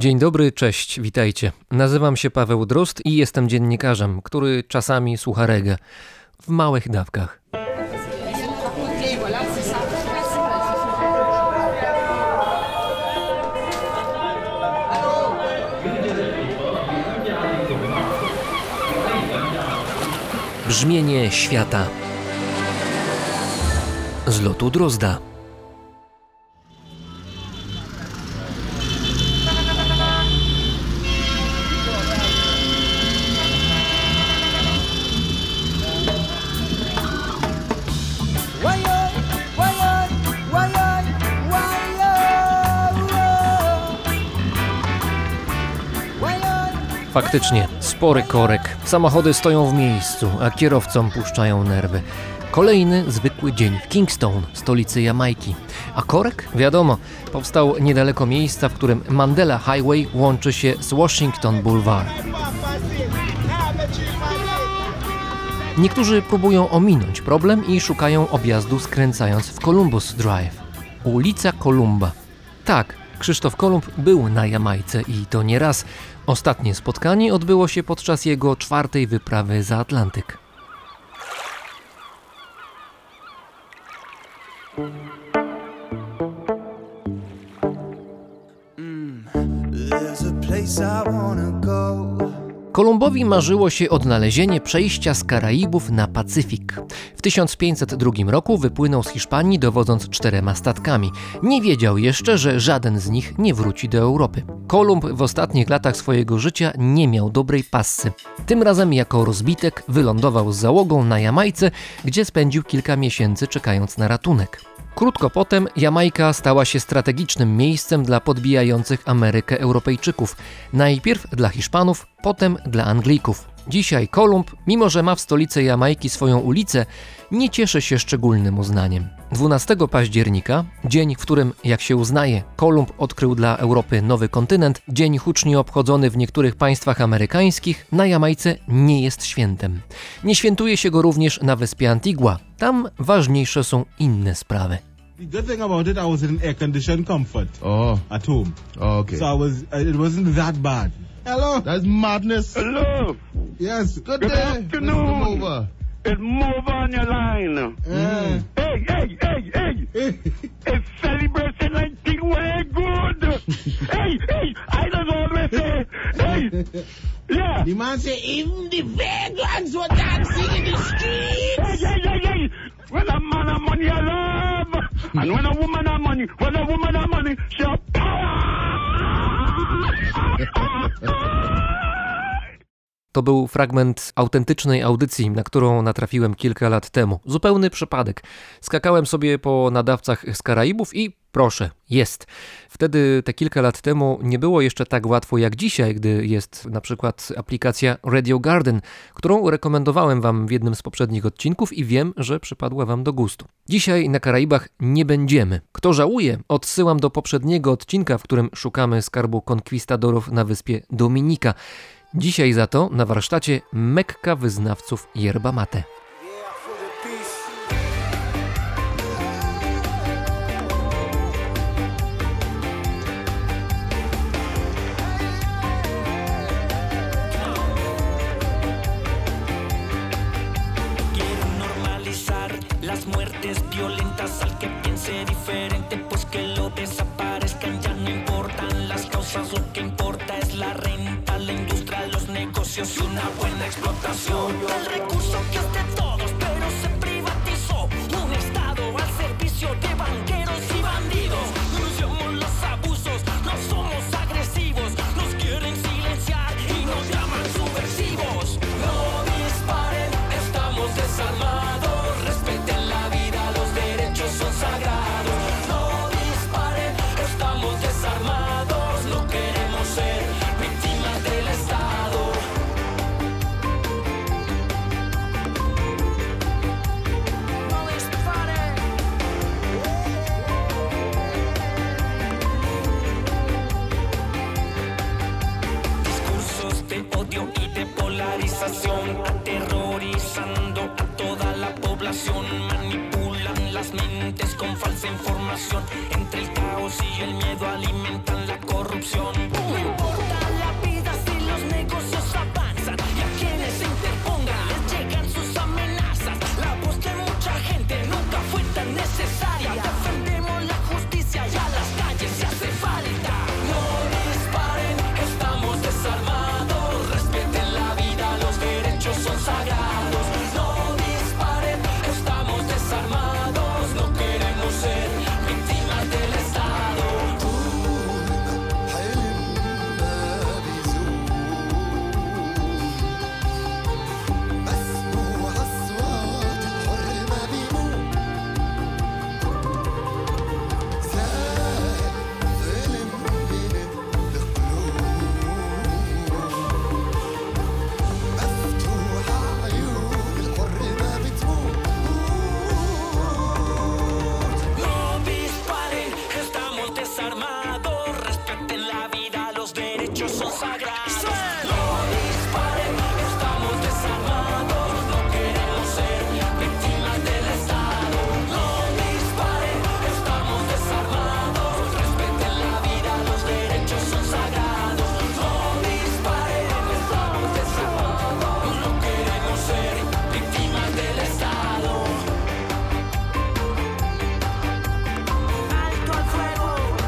Dzień dobry, cześć, witajcie. Nazywam się Paweł Drozd i jestem dziennikarzem, który czasami słucha reggae w małych dawkach. Brzmienie świata z lotu Drozda. Faktycznie, spory korek. Samochody stoją w miejscu, a kierowcom puszczają nerwy. Kolejny zwykły dzień w Kingston, stolicy Jamajki. A korek? Wiadomo, powstał niedaleko miejsca, w którym Mandela Highway łączy się z Washington Boulevard. Niektórzy próbują ominąć problem i szukają objazdu skręcając w Columbus Drive. Ulica Kolumba. Tak, Krzysztof Kolumb był na Jamajce i to nie raz. Ostatnie spotkanie odbyło się podczas jego 4. wyprawy za Atlantyk. Kolumbowi marzyło się odnalezienie przejścia z Karaibów na Pacyfik. W 1502 roku wypłynął z Hiszpanii, dowodząc 4 statkami. Nie wiedział jeszcze, że żaden z nich nie wróci do Europy. Kolumb w ostatnich latach swojego życia nie miał dobrej passy. Tym razem jako rozbitek wylądował z załogą na Jamajce, gdzie spędził kilka miesięcy czekając na ratunek. Krótko potem Jamajka stała się strategicznym miejscem dla podbijających Amerykę Europejczyków. Najpierw dla Hiszpanów, potem dla Anglików. Dzisiaj Kolumb, mimo że ma w stolicy Jamajki swoją ulicę, nie cieszy się szczególnym uznaniem. 12 października, dzień, w którym, jak się uznaje, Kolumb odkrył dla Europy nowy kontynent, dzień hucznie obchodzony w niektórych państwach amerykańskich, na Jamajce nie jest świętem. Nie świętuje się go również na wyspie Antigua. Tam ważniejsze są inne sprawy. The good thing about it, I was in air-conditioned comfort at home. Okay. So it wasn't that bad. Hello. That's madness. Hello. Yes. Good Good day, afternoon. Mr. Mover. It's Mova on your line. Hey. It's celebration like thing way good. hey, I don't always say, hey. Yeah. The man say, even the vegans were dancing in the streets. Hey. When a man have money, I love. And when a woman have money, she have power. To był fragment autentycznej audycji, na którą natrafiłem kilka lat temu. Zupełny przypadek. Skakałem sobie po nadawcach z Karaibów i proszę, jest. Wtedy, te kilka lat temu, nie było jeszcze tak łatwo jak dzisiaj, gdy jest na przykład aplikacja Radio Garden, którą rekomendowałem wam w jednym z poprzednich odcinków i wiem, że przypadła wam do gustu. Dzisiaj na Karaibach nie będziemy. Kto żałuje, odsyłam do poprzedniego odcinka, w którym szukamy skarbu konkwistadorów na wyspie Dominika. Dzisiaj za to na warsztacie Mekka wyznawców yerba mate. Las muertes violentas al que piense diferente, pues que lo desaparezcan, ya no importan las causas, lo que importa es la renta, la industria, los negocios y una buena explotación. El recurso que es de todos, pero se privatizó. Un estado al servicio de banqueros y bandidos. Denunciamos los abusos, no somos agresivos, nos quieren silenciar y nos llaman subversivos. No disparen, estamos desarmados. Aterrorizando a toda la población, manipulan las mentes con falsa información, entre el caos y el miedo alimentan la corrupción. son sagrados. No disparen, estamos desarmados, no queremos ser víctimas del Estado. No disparen, estamos desarmados, respeten la vida, los derechos son sagrados. No disparen, estamos desarmados, no queremos ser víctimas del Estado. Alto al fuego.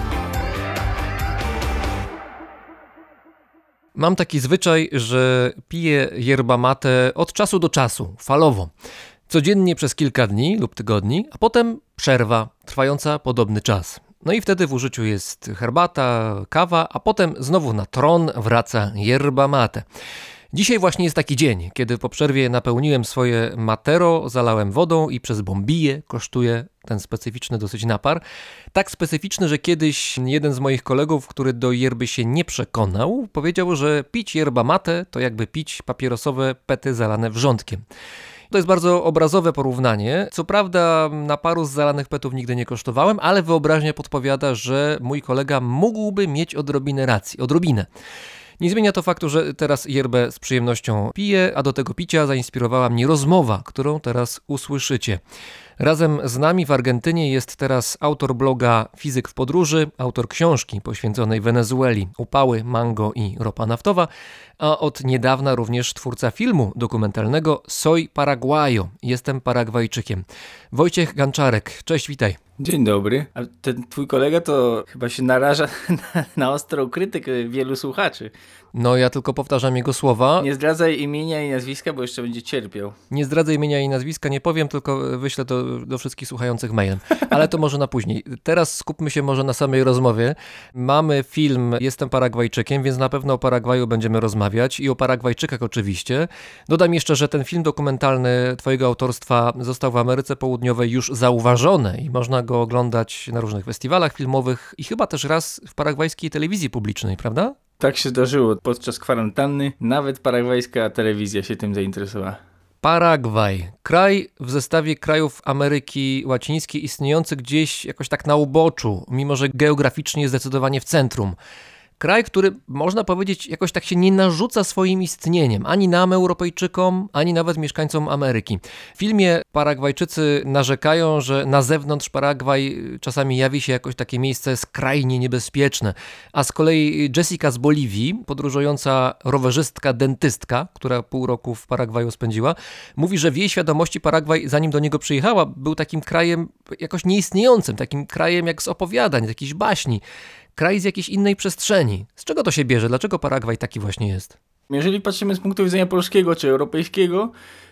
Mam taki zwyczaj, że piję yerba mate od czasu do czasu, falowo. Codziennie przez kilka dni lub tygodni, a potem przerwa trwająca podobny czas. No i wtedy w użyciu jest herbata, kawa, a potem znowu na tron wraca yerba mate. Dzisiaj właśnie jest taki dzień, kiedy po przerwie napełniłem swoje matero, zalałem wodą i przez bombiję kosztuję ten specyficzny dosyć napar. Tak specyficzny, że kiedyś jeden z moich kolegów, który do yerby się nie przekonał, powiedział, że pić yerba mate to jakby pić papierosowe pety zalane wrzątkiem. To jest bardzo obrazowe porównanie. Co prawda naparu z zalanych petów nigdy nie kosztowałem, ale wyobraźnia podpowiada, że mój kolega mógłby mieć odrobinę racji. Odrobinę. Nie zmienia to faktu, że teraz yerbę z przyjemnością piję, a do tego picia zainspirowała mnie rozmowa, którą teraz usłyszycie. Razem z nami w Argentynie jest teraz autor bloga Fizyk w podróży, autor książki poświęconej Wenezueli, upały, mango i ropa naftowa, a od niedawna również twórca filmu dokumentalnego Soy Paraguayo, jestem Paragwajczykiem. Wojciech Ganczarek, cześć, witaj. Dzień dobry. A ten twój kolega to chyba się naraża na ostrą krytykę wielu słuchaczy. No ja tylko powtarzam jego słowa. Nie zdradzaj imienia i nazwiska, bo jeszcze będzie cierpiał. Nie zdradzę imienia i nazwiska, nie powiem, tylko wyślę to do wszystkich słuchających mailem. Ale to może na później. Teraz skupmy się może na samej rozmowie. Mamy film Jestem Paragwajczykiem, więc na pewno o Paragwaju będziemy rozmawiać i o Paragwajczykach oczywiście. Dodam jeszcze, że ten film dokumentalny twojego autorstwa został w Ameryce Południowej już zauważony i można go oglądać na różnych festiwalach filmowych i chyba też raz w paragwajskiej telewizji publicznej, prawda? Tak się zdarzyło. Podczas kwarantanny nawet paragwajska telewizja się tym zainteresowała. Paragwaj. Kraj w zestawie krajów Ameryki Łacińskiej istniejący gdzieś jakoś tak na uboczu, mimo że geograficznie jest zdecydowanie w centrum. Kraj, który można powiedzieć jakoś tak się nie narzuca swoim istnieniem ani nam Europejczykom, ani nawet mieszkańcom Ameryki. W filmie Paragwajczycy narzekają, że na zewnątrz Paragwaj czasami jawi się jakoś takie miejsce skrajnie niebezpieczne, a z kolei Jessica z Boliwii, podróżująca rowerzystka, dentystka, która pół roku w Paragwaju spędziła, mówi, że w jej świadomości Paragwaj, zanim do niego przyjechała, był takim krajem jakoś nieistniejącym, takim krajem jak z opowiadań, z jakichś baśni. Kraj z jakiejś innej przestrzeni. Z czego to się bierze? Dlaczego Paragwaj taki właśnie jest? Jeżeli patrzymy z punktu widzenia polskiego czy europejskiego,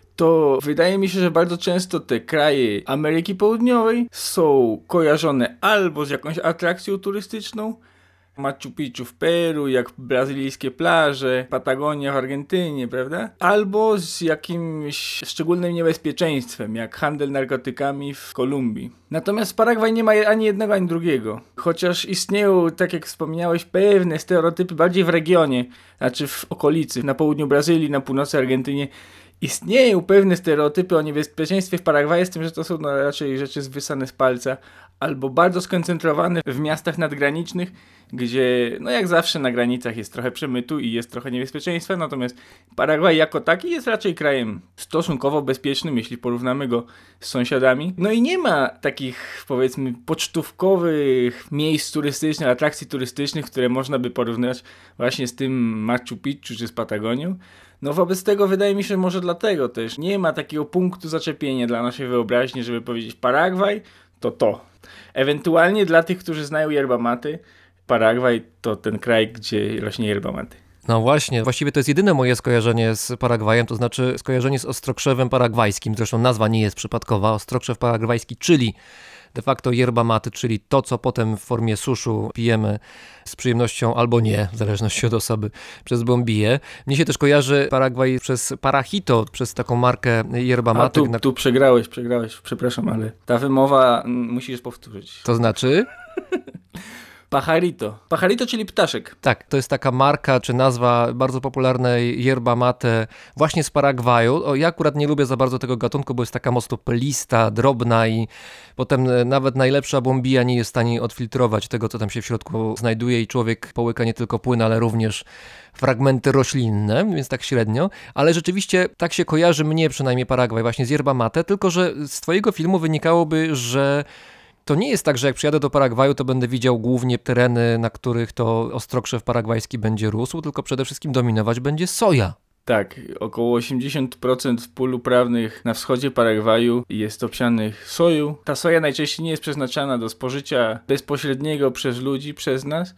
to wydaje mi się, że bardzo często te kraje Ameryki Południowej są kojarzone albo z jakąś atrakcją turystyczną, Machu Picchu w Peru, jak brazylijskie plaże, Patagonia w Argentynie, prawda? Albo z jakimś szczególnym niebezpieczeństwem, jak handel narkotykami w Kolumbii. Natomiast Paragwaj nie ma ani jednego, ani drugiego. Chociaż istnieją, tak jak wspomniałeś, pewne stereotypy bardziej w regionie, znaczy w okolicy, na południu Brazylii, na północy Argentynie. Istnieją pewne stereotypy o niebezpieczeństwie w Paragwaju, z tym, że to są raczej rzeczy wysane z palca, albo bardzo skoncentrowane w miastach nadgranicznych, gdzie, no jak zawsze na granicach jest trochę przemytu i jest trochę niebezpieczeństwa, natomiast Paragwaj jako taki jest raczej krajem stosunkowo bezpiecznym, jeśli porównamy go z sąsiadami. No i nie ma takich, powiedzmy, pocztówkowych miejsc turystycznych, atrakcji turystycznych, które można by porównać właśnie z tym Machu Picchu czy z Patagonią. No wobec tego wydaje mi się, że może dlatego też nie ma takiego punktu zaczepienia dla naszej wyobraźni, żeby powiedzieć Paragwaj to. Ewentualnie dla tych, którzy znają yerba mate, Paragwaj to ten kraj, gdzie rośnie yerba mate. No właśnie, właściwie to jest jedyne moje skojarzenie z Paragwajem, to znaczy skojarzenie z ostrzokrzewem paragwajskim, zresztą nazwa nie jest przypadkowa, ostrzokrzew paragwajski, czyli de facto yerba mate, czyli to, co potem w formie suszu pijemy z przyjemnością albo nie, w zależności od osoby, przez bombiję. Mnie się też kojarzy Paragwaj przez Parachito, przez taką markę yerba mate. Tu przegrałeś, przepraszam, ale ta wymowa musisz powtórzyć. To znaczy? Pajarito. Pajarito, czyli ptaszek. Tak, to jest taka marka czy nazwa bardzo popularnej yerba mate właśnie z Paragwaju. Ja akurat nie lubię za bardzo tego gatunku, bo jest taka mocno pelista, drobna i potem nawet najlepsza bombija nie jest w stanie odfiltrować tego, co tam się w środku znajduje i człowiek połyka nie tylko płyn, ale również fragmenty roślinne, więc tak średnio. Ale rzeczywiście tak się kojarzy mnie przynajmniej Paragwaj właśnie z yerba mate, tylko że z twojego filmu wynikałoby, że to nie jest tak, że jak przyjadę do Paragwaju, to będę widział głównie tereny, na których to ostrokrzew paragwajski będzie rósł, tylko przede wszystkim dominować będzie soja. Tak, około 80% pól uprawnych na wschodzie Paragwaju jest obsianych soją. Ta soja najczęściej nie jest przeznaczana do spożycia bezpośredniego przez ludzi, przez nas,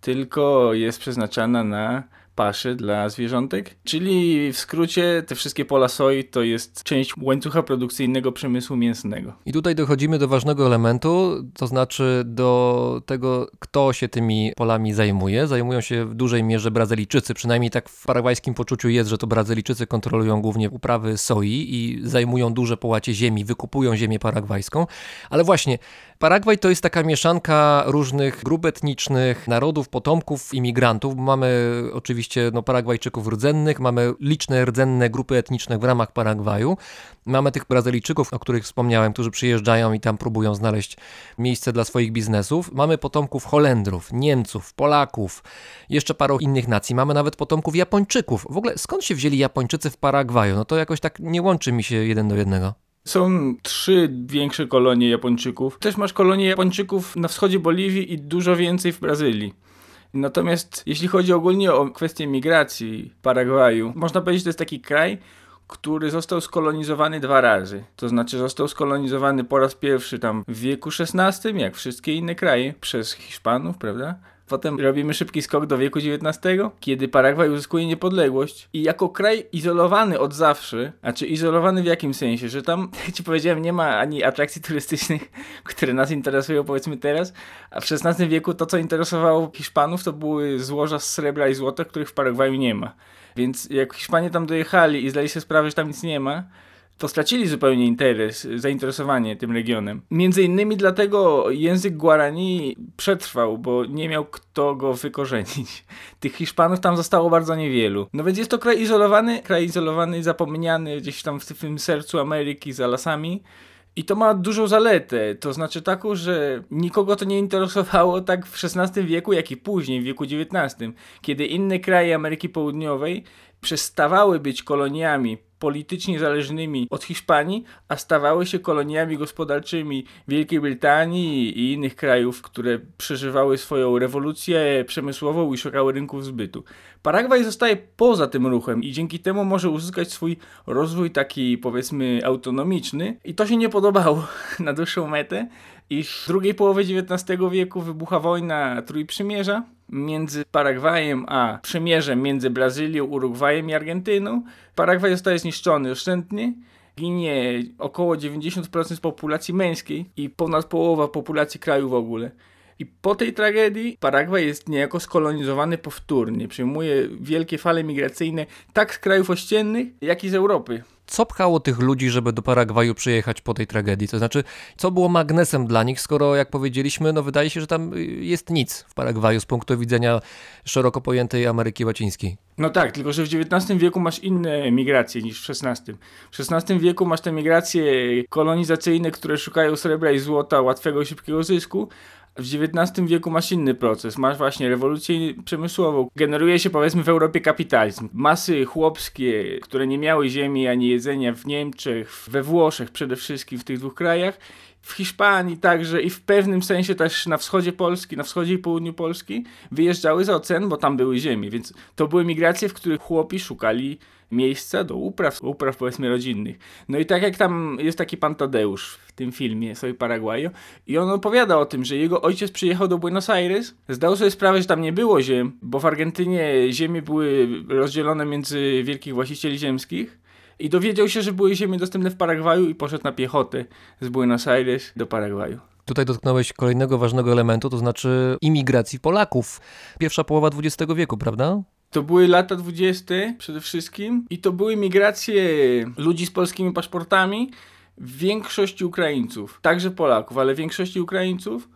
tylko jest przeznaczana na pasze dla zwierzątek. Czyli w skrócie te wszystkie pola soi to jest część łańcucha produkcyjnego przemysłu mięsnego. I tutaj dochodzimy do ważnego elementu, to znaczy do tego, kto się tymi polami zajmuje. Zajmują się w dużej mierze Brazylijczycy, przynajmniej tak w paragwajskim poczuciu jest, że to Brazylijczycy kontrolują głównie uprawy soi i zajmują duże połacie ziemi, wykupują ziemię paragwajską. Ale właśnie, Paragwaj to jest taka mieszanka różnych grup etnicznych, narodów, potomków, imigrantów. Mamy oczywiście Paragwajczyków rdzennych, mamy liczne rdzenne grupy etniczne w ramach Paragwaju. Mamy tych Brazylijczyków, o których wspomniałem, którzy przyjeżdżają i tam próbują znaleźć miejsce dla swoich biznesów. Mamy potomków Holendrów, Niemców, Polaków, jeszcze paru innych nacji. Mamy nawet potomków Japończyków. W ogóle skąd się wzięli Japończycy w Paragwaju? No to jakoś tak nie łączy mi się jeden do jednego. Są 3 większe kolonie Japończyków. Też masz kolonie Japończyków na wschodzie Boliwii i dużo więcej w Brazylii. Natomiast jeśli chodzi ogólnie o kwestię migracji Paragwaju, można powiedzieć, że to jest taki kraj, który został skolonizowany 2 razy. To znaczy został skolonizowany po raz pierwszy tam w wieku XVI, jak wszystkie inne kraje, przez Hiszpanów, prawda? Potem robimy szybki skok do wieku XIX, kiedy Paragwaj uzyskuje niepodległość i jako kraj izolowany od zawsze, a czy izolowany w jakim sensie, że tam, jak ci powiedziałem, nie ma ani atrakcji turystycznych, które nas interesują powiedzmy teraz, a w XVI wieku to, co interesowało Hiszpanów, to były złoża z srebra i złota, których w Paragwaju nie ma. Więc jak Hiszpanie tam dojechali i zdali sobie sprawę, że tam nic nie ma, to stracili zupełnie interes, zainteresowanie tym regionem. Między innymi dlatego język Guarani przetrwał, bo nie miał kto go wykorzenić. Tych Hiszpanów tam zostało bardzo niewielu. No więc jest to kraj izolowany, zapomniany gdzieś tam w tym sercu Ameryki za lasami. I to ma dużą zaletę, to znaczy taką, że nikogo to nie interesowało tak w XVI wieku, jak i później, w wieku XIX, kiedy inne kraje Ameryki Południowej przestawały być koloniami politycznie zależnymi od Hiszpanii, a stawały się koloniami gospodarczymi Wielkiej Brytanii i innych krajów, które przeżywały swoją rewolucję przemysłową i szukały rynków zbytu. Paragwaj zostaje poza tym ruchem i dzięki temu może uzyskać swój rozwój taki, powiedzmy, autonomiczny i to się nie podobało na dłuższą metę i w drugiej połowie XIX wieku wybucha wojna Trójprzymierza między Paragwajem a przymierzem między Brazylią, Urugwajem i Argentyną. Paragwaj zostaje zniszczony oszczędnie, ginie około 90% populacji męskiej i ponad połowa populacji kraju w ogóle. I po tej tragedii Paragwaj jest niejako skolonizowany powtórnie. Przyjmuje wielkie fale migracyjne tak z krajów ościennych, jak i z Europy. Co pchało tych ludzi, żeby do Paragwaju przyjechać po tej tragedii? To znaczy, co było magnesem dla nich, skoro, jak powiedzieliśmy, wydaje się, że tam jest nic w Paragwaju z punktu widzenia szeroko pojętej Ameryki Łacińskiej. No tak, tylko że w XIX wieku masz inne migracje niż w XVI. W XVI wieku masz te migracje kolonizacyjne, które szukają srebra i złota, łatwego i szybkiego zysku. W XIX wieku masz inny proces, masz właśnie rewolucję przemysłową, generuje się powiedzmy w Europie kapitalizm. Masy chłopskie, które nie miały ziemi ani jedzenia w Niemczech, we Włoszech przede wszystkim, w tych 2 krajach, w Hiszpanii także i w pewnym sensie też na wschodzie Polski, na wschodzie i południu Polski wyjeżdżały za ocean, bo tam były ziemie, więc to były migracje, w których chłopi szukali miejsca do upraw powiedzmy rodzinnych. No i tak jak tam jest taki pan Tadeusz w tym filmie Soy Paraguayo i on opowiada o tym, że jego ojciec przyjechał do Buenos Aires, zdał sobie sprawę, że tam nie było ziem, bo w Argentynie ziemie były rozdzielone między wielkich właścicieli ziemskich i dowiedział się, że były ziemie dostępne w Paragwaju i poszedł na piechotę z Buenos Aires do Paragwaju. Tutaj dotknąłeś kolejnego ważnego elementu, to znaczy imigracji Polaków. Pierwsza połowa XX wieku, prawda? To były lata 20 przede wszystkim i to były migracje ludzi z polskimi paszportami, w większości Ukraińców, także Polaków, ale w większości Ukraińców.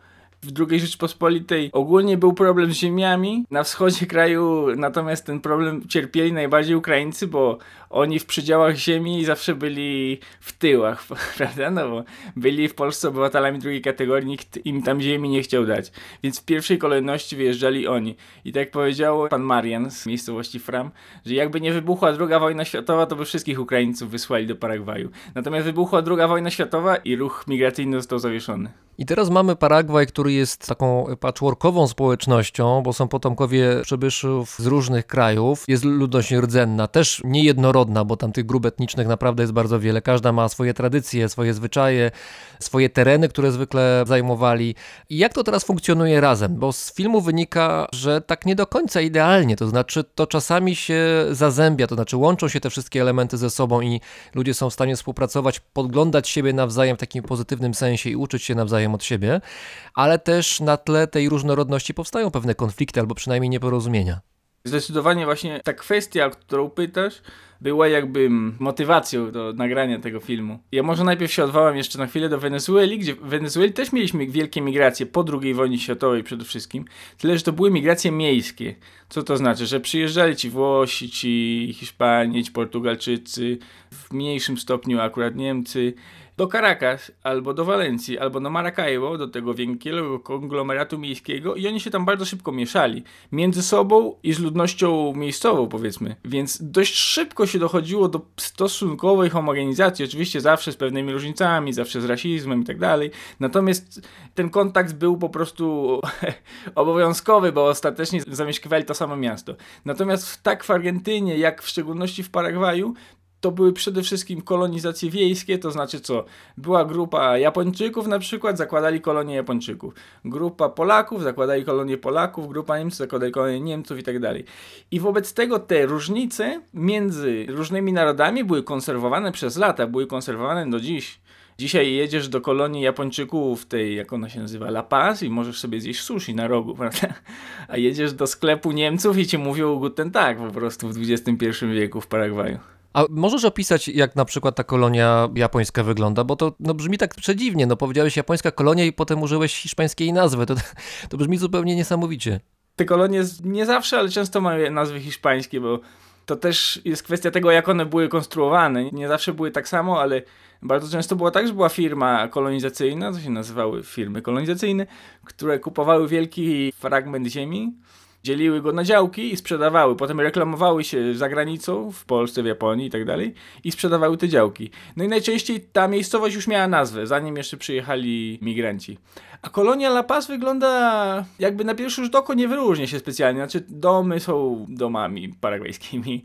W II Rzeczpospolitej ogólnie był problem z ziemiami. Na wschodzie kraju natomiast ten problem cierpieli najbardziej Ukraińcy, bo oni w przedziałach ziemi zawsze byli w tyłach, prawda? No bo byli w Polsce obywatelami drugiej kategorii, nikt im tam ziemi nie chciał dać. Więc w pierwszej kolejności wyjeżdżali oni. I tak jak powiedział pan Marian z miejscowości Fram, że jakby nie wybuchła II wojna światowa, to by wszystkich Ukraińców wysłali do Paragwaju. Natomiast wybuchła II wojna światowa i ruch migracyjny został zawieszony. I teraz mamy Paragwaj, który jest taką patchworkową społecznością, bo są potomkowie przybyszów z różnych krajów. Jest ludność rdzenna, też niejednorodna, bo tam tych grup etnicznych naprawdę jest bardzo wiele. Każda ma swoje tradycje, swoje zwyczaje, swoje tereny, które zwykle zajmowali. I jak to teraz funkcjonuje razem? Bo z filmu wynika, że tak nie do końca idealnie, to znaczy to czasami się zazębia, to znaczy łączą się te wszystkie elementy ze sobą i ludzie są w stanie współpracować, podglądać siebie nawzajem w takim pozytywnym sensie i uczyć się nawzajem od siebie, ale też na tle tej różnorodności powstają pewne konflikty albo przynajmniej nieporozumienia. Zdecydowanie właśnie ta kwestia, o którą pytasz, była jakby motywacją do nagrania tego filmu. Ja może najpierw się odwołam jeszcze na chwilę do Wenezueli, gdzie w Wenezueli też mieliśmy wielkie migracje po II wojnie światowej przede wszystkim, tyle, że to były migracje miejskie. Co to znaczy? Że przyjeżdżali ci Włosi, ci Hiszpanie, ci Portugalczycy, w mniejszym stopniu akurat Niemcy, do Caracas, albo do Walencji, albo do Maracaibo, do tego wielkiego konglomeratu miejskiego i oni się tam bardzo szybko mieszali. Między sobą i z ludnością miejscową, powiedzmy. Więc dość szybko się dochodziło do stosunkowej homogenizacji, oczywiście zawsze z pewnymi różnicami, zawsze z rasizmem i tak dalej. Natomiast ten kontakt był po prostu obowiązkowy, bo ostatecznie zamieszkiwali to samo miasto. Natomiast tak w Argentynie, jak w szczególności w Paragwaju, to były przede wszystkim kolonizacje wiejskie, to znaczy co? Była grupa Japończyków na przykład, zakładali kolonie Japończyków. Grupa Polaków, zakładali kolonie Polaków, grupa Niemców, zakładali kolonie Niemców i tak dalej. I wobec tego te różnice między różnymi narodami były konserwowane przez lata, były konserwowane do dziś. Dzisiaj jedziesz do kolonii Japończyków, tej, jak ona się nazywa, La Paz i możesz sobie zjeść sushi na rogu, prawda? A jedziesz do sklepu Niemców i ci mówią Guten Tag po prostu w XXI wieku w Paragwaju. A możesz opisać, jak na przykład ta kolonia japońska wygląda? Bo to brzmi tak przedziwnie. Powiedziałeś japońska kolonia i potem użyłeś hiszpańskiej nazwy. To brzmi zupełnie niesamowicie. Te kolonie nie zawsze, ale często mają nazwy hiszpańskie, bo to też jest kwestia tego, jak one były konstruowane. Nie zawsze były tak samo, ale bardzo często było tak, że była firma kolonizacyjna, to się nazywały firmy kolonizacyjne, które kupowały wielki fragment ziemi, dzieliły go na działki i sprzedawały. Potem reklamowały się za granicą, w Polsce, w Japonii i tak dalej i sprzedawały te działki. No i najczęściej ta miejscowość już miała nazwę, zanim jeszcze przyjechali migranci. A kolonia La Paz wygląda jakby na pierwszy rzut oko nie wyróżnia się specjalnie. Znaczy domy są domami paragwajskimi,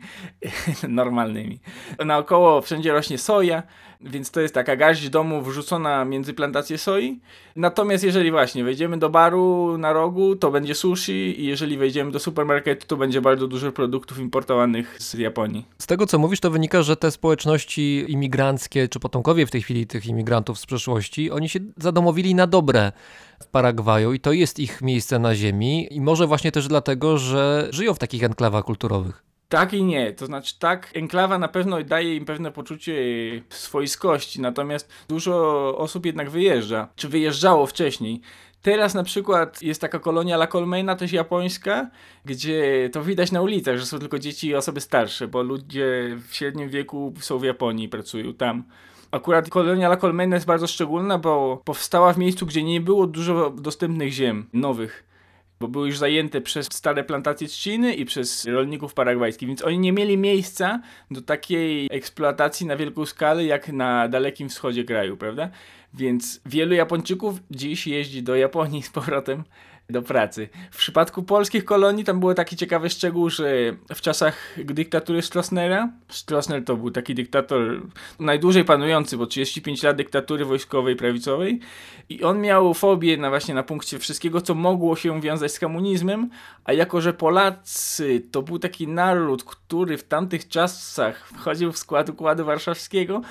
normalnymi. Naokoło wszędzie rośnie soja, więc to jest taka garść domów wrzucona między plantacje soi. Natomiast jeżeli właśnie wejdziemy do baru na rogu, to będzie sushi i jeżeli wejdziemy do supermarketu, to będzie bardzo dużo produktów importowanych z Japonii. Z tego, co mówisz, to wynika, że te społeczności imigranckie, czy potomkowie w tej chwili tych imigrantów z przeszłości, oni się zadomowili na dobre w Paragwaju i to jest ich miejsce na ziemi i może właśnie też dlatego, że żyją w takich enklawach kulturowych. Tak i nie, to znaczy tak, enklawa na pewno daje im pewne poczucie swojskości, natomiast dużo osób jednak wyjeżdża, czy wyjeżdżało wcześniej. Teraz na przykład jest taka kolonia La Colmena, też japońska, gdzie to widać na ulicach, że są tylko dzieci i osoby starsze, bo ludzie w średnim wieku są w Japonii i pracują tam. Akurat kolonia La Colmena jest bardzo szczególna, bo powstała w miejscu, gdzie nie było dużo dostępnych ziem nowych, bo były już zajęte przez stare plantacje trzciny i przez rolników paragwajskich, więc oni nie mieli miejsca do takiej eksploatacji na wielką skalę jak na Dalekim Wschodzie kraju, prawda? Więc wielu Japończyków dziś jeździ do Japonii z powrotem do pracy. W przypadku polskich kolonii tam było taki ciekawy szczegół, że w czasach dyktatury Stroessnera, Stroessner to był taki dyktator najdłużej panujący, bo 35 lat dyktatury wojskowej, prawicowej i on miał fobię na punkcie wszystkiego, co mogło się wiązać z komunizmem, a jako, że Polacy to był taki naród, który w tamtych czasach wchodził w skład Układu Warszawskiego,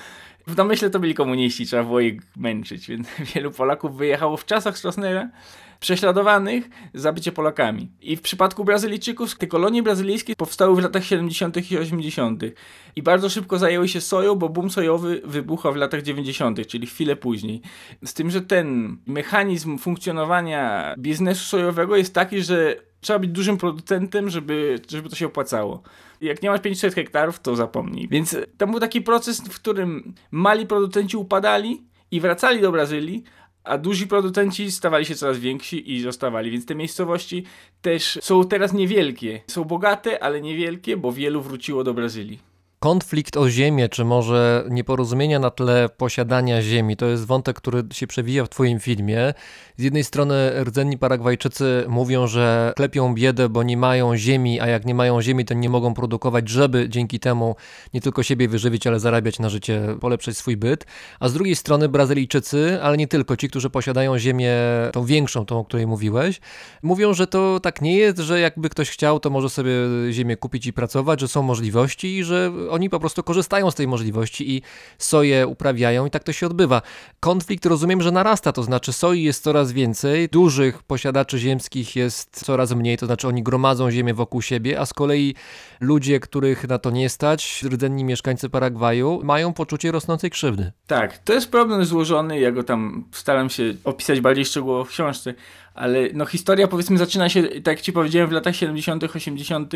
W domyśle to byli komuniści, trzeba było ich męczyć, więc wielu Polaków wyjechało w czasach Stroessnera prześladowanych za bycie Polakami. I w przypadku Brazylijczyków te kolonie brazylijskie powstały w latach 70. i 80. I bardzo szybko zajęły się soją, bo boom sojowy wybuchał w latach 90., czyli chwilę później. Z tym, że ten mechanizm funkcjonowania biznesu sojowego jest taki, że trzeba być dużym producentem, żeby to się opłacało. Jak nie masz 500 hektarów, to zapomnij. Więc tam był taki proces, w którym mali producenci upadali i wracali do Brazylii, a duzi producenci stawali się coraz więksi i zostawali. Więc te miejscowości też są teraz niewielkie. Są bogate, ale niewielkie, bo wielu wróciło do Brazylii. Konflikt o ziemię, czy może nieporozumienia na tle posiadania ziemi, to jest wątek, który się przewija w twoim filmie. Z jednej strony rdzenni Paragwajczycy mówią, że klepią biedę, bo nie mają ziemi, a jak nie mają ziemi, to nie mogą produkować, żeby dzięki temu nie tylko siebie wyżywić, ale zarabiać na życie, polepszyć swój byt. A z drugiej strony Brazylijczycy, ale nie tylko, ci, którzy posiadają ziemię, tą większą, tą, o której mówiłeś, mówią, że to tak nie jest, że jakby ktoś chciał, to może sobie ziemię kupić i pracować, że są możliwości i że oni po prostu korzystają z tej możliwości i soję uprawiają i tak to się odbywa. Konflikt, rozumiem, że narasta, to znaczy soi jest coraz więcej, dużych posiadaczy ziemskich jest coraz mniej, to znaczy oni gromadzą ziemię wokół siebie, a z kolei ludzie, których na to nie stać, rdzenni mieszkańcy Paragwaju, mają poczucie rosnącej krzywdy. Tak, to jest problem złożony, ja go tam staram się opisać bardziej szczegółowo w książce, ale no historia, powiedzmy, zaczyna się, tak jak ci powiedziałem, w latach 70., 80.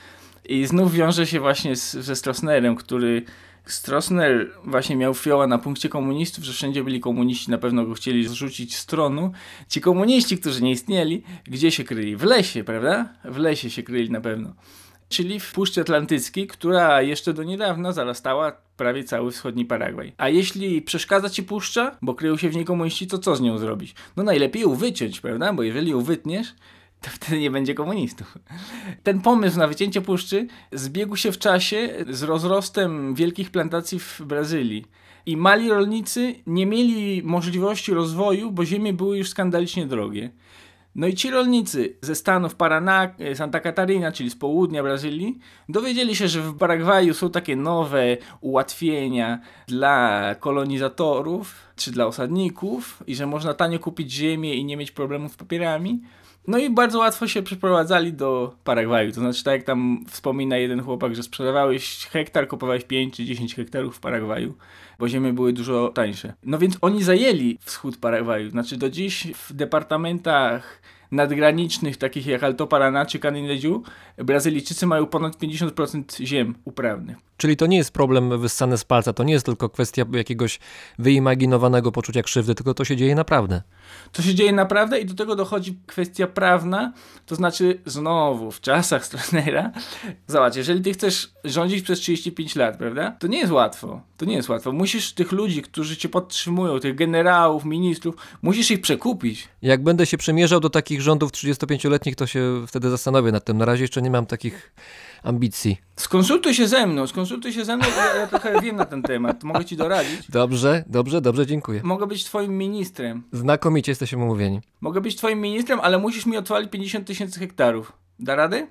I znów wiąże się właśnie ze Stroessnerem, Stroessner właśnie miał fioła na punkcie komunistów, że wszędzie byli komuniści, na pewno go chcieli zrzucić z tronu. Ci komuniści, którzy nie istnieli, gdzie się kryli? W lesie, prawda? W lesie się kryli na pewno. Czyli w Puszczy Atlantyckiej, która jeszcze do niedawna zarastała prawie cały wschodni Paragwaj. A jeśli przeszkadza ci puszcza, bo kryją się w niej komuniści, to co z nią zrobić? No najlepiej ją wyciąć, prawda? Bo jeżeli ją wytniesz, to wtedy nie będzie komunistów. Ten pomysł na wycięcie puszczy zbiegł się w czasie z rozrostem wielkich plantacji w Brazylii. I mali rolnicy nie mieli możliwości rozwoju, bo ziemie były już skandalicznie drogie. No i ci rolnicy ze stanów Paraná, Santa Catarina, czyli z południa Brazylii, dowiedzieli się, że w Paragwaju są takie nowe ułatwienia dla kolonizatorów czy dla osadników i że można tanio kupić ziemię i nie mieć problemów z papierami. No i bardzo łatwo się przeprowadzali do Paragwaju. To znaczy, tak jak tam wspomina jeden chłopak, że sprzedawałeś hektar, kupowałeś 5 czy 10 hektarów w Paragwaju, bo ziemie były dużo tańsze. No więc oni zajęli wschód Paragwaju. Znaczy do dziś w departamentach nadgranicznych, takich jak Alto Paraná czy Canindeyú, Brazylijczycy mają ponad 50% ziem uprawnych. Czyli to nie jest problem wyssany z palca, to nie jest tylko kwestia jakiegoś wyimaginowanego poczucia krzywdy, tylko to się dzieje naprawdę. To się dzieje naprawdę i do tego dochodzi kwestia prawna, to znaczy znowu w czasach Stroessnera, zobacz, jeżeli ty chcesz rządzić przez 35 lat, prawda, to nie jest łatwo, musisz tych ludzi, którzy cię podtrzymują, tych generałów, ministrów, musisz ich przekupić. Jak będę się przymierzał do takich rządów 35-letnich, to się wtedy zastanowię nad tym, na razie jeszcze nie mam takich ambicji. Skonsultuj się ze mną, ja trochę wiem na ten temat, mogę ci doradzić. Dobrze, dziękuję. Mogę być twoim ministrem. Znakomicie jesteśmy umówieni. Mogę być twoim ministrem, ale musisz mi otwalić 50 000 hektarów. Da radę?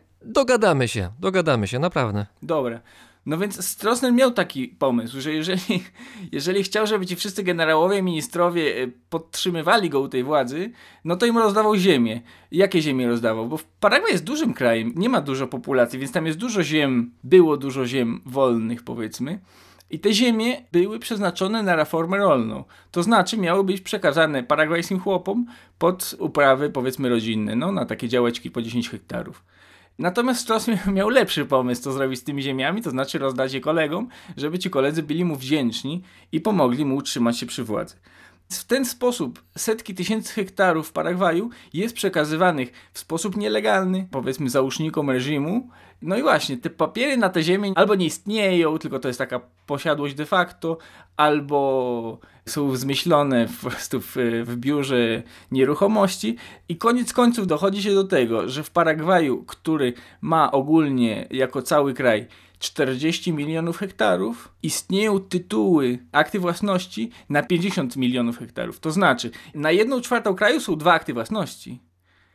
Dogadamy się, naprawdę. Dobra. No więc Stroessner miał taki pomysł, że jeżeli chciał, żeby ci wszyscy generałowie, ministrowie podtrzymywali go u tej władzy, no to im rozdawał ziemię. Jakie ziemię rozdawał? Bo Paragwaj jest dużym krajem, nie ma dużo populacji, więc tam jest było dużo ziem wolnych, powiedzmy. I te ziemie były przeznaczone na reformę rolną. To znaczy miały być przekazane paragwajskim chłopom pod uprawy, powiedzmy, rodzinne, no na takie działeczki po 10 hektarów. Natomiast Stroessner miał lepszy pomysł, co zrobić z tymi ziemiami, to znaczy rozdać je kolegom, żeby ci koledzy byli mu wdzięczni i pomogli mu utrzymać się przy władzy. W ten sposób setki tysięcy hektarów w Paragwaju jest przekazywanych w sposób nielegalny, powiedzmy, załóżnikom reżimu. No i właśnie, te papiery na te ziemię albo nie istnieją, tylko to jest taka posiadłość de facto, albo są zmyślone po prostu w biurze nieruchomości i koniec końców dochodzi się do tego, że w Paragwaju, który ma ogólnie jako cały kraj 40 milionów hektarów, istnieją tytuły, akty własności na 50 milionów hektarów. To znaczy, na 1/4 kraju są 2 akty własności.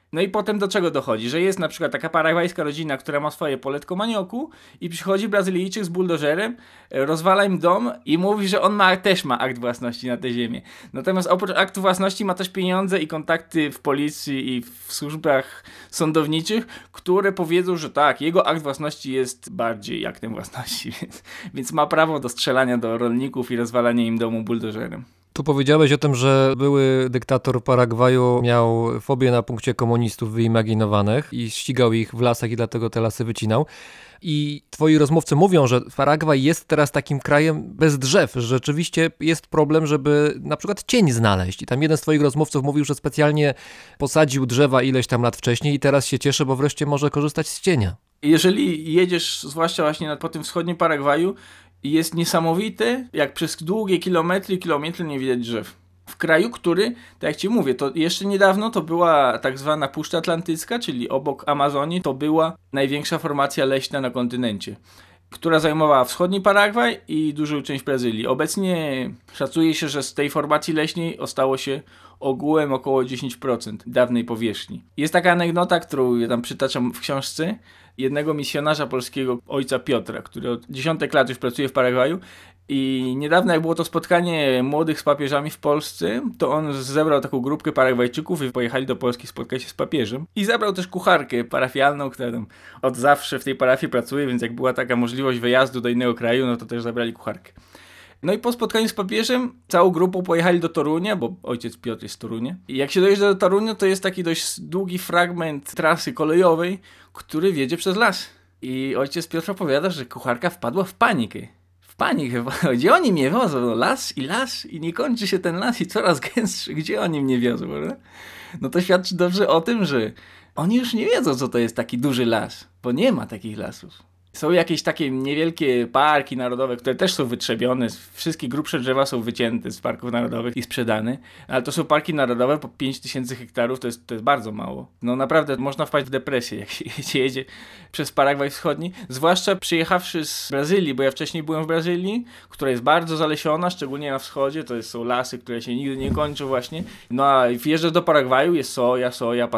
No i potem do czego dochodzi? Że jest na przykład taka paragwajska rodzina, która ma swoje poletko manioku i przychodzi Brazylijczyk z buldożerem, rozwala im dom i mówi, że on też ma akt własności na tę ziemię. Natomiast oprócz aktu własności ma też pieniądze i kontakty w policji i w służbach sądowniczych, które powiedzą, że tak, jego akt własności jest bardziej aktem własności, więc ma prawo do strzelania do rolników i rozwalania im domu buldożerem. Tu powiedziałeś o tym, że były dyktator Paragwaju miał fobię na punkcie komunistów wyimaginowanych i ścigał ich w lasach i dlatego te lasy wycinał. I twoi rozmówcy mówią, że Paragwaj jest teraz takim krajem bez drzew, że rzeczywiście jest problem, żeby na przykład cień znaleźć. I tam jeden z twoich rozmówców mówił, że specjalnie posadził drzewa ileś tam lat wcześniej i teraz się cieszy, bo wreszcie może korzystać z cienia. Jeżeli jedziesz, zwłaszcza właśnie po tym wschodnim Paragwaju, jest niesamowite, jak przez długie kilometry nie widać drzew. W kraju, który, tak jak ci mówię, to jeszcze niedawno to była tak zwana Puszcza Atlantycka, czyli obok Amazonii, to była największa formacja leśna na kontynencie, która zajmowała wschodni Paragwaj i dużą część Brazylii. Obecnie szacuje się, że z tej formacji leśnej ostało się ogółem około 10% dawnej powierzchni. Jest taka anegdota, którą ja tam przytaczam w książce, jednego misjonarza polskiego, ojca Piotra, który od dziesiątek lat już pracuje w Paragwaju i niedawno jak było to spotkanie młodych z papieżami w Polsce, to on zebrał taką grupkę Paragwajczyków i pojechali do Polski spotkać się z papieżem i zabrał też kucharkę parafialną, która tam od zawsze w tej parafii pracuje, więc jak była taka możliwość wyjazdu do innego kraju, no to też zabrali kucharkę. No i po spotkaniu z papieżem całą grupą pojechali do Torunia, bo ojciec Piotr jest z Torunia. I jak się dojeżdża do Torunia, to jest taki dość długi fragment trasy kolejowej, który wiedzie przez las. I ojciec Piotr opowiada, że kucharka wpadła w panikę. Gdzie oni mnie wiozą? No, las i nie kończy się ten las i coraz gęstszy. Gdzie oni mnie wiozą? Prawda? No to świadczy dobrze o tym, że oni już nie wiedzą, co to jest taki duży las, bo nie ma takich lasów. Są jakieś takie niewielkie parki narodowe, które też są wytrzebione. Wszystkie grubsze drzewa są wycięte z parków narodowych i sprzedane. Ale to są parki narodowe po 5000 hektarów, to jest bardzo mało. No naprawdę można wpaść w depresję, jak się jedzie przez Paragwaj Wschodni. Zwłaszcza przyjechawszy z Brazylii, bo ja wcześniej byłem w Brazylii, która jest bardzo zalesiona, szczególnie na wschodzie. To są lasy, które się nigdy nie kończą właśnie. No a wjeżdżasz do Paragwaju, jest soja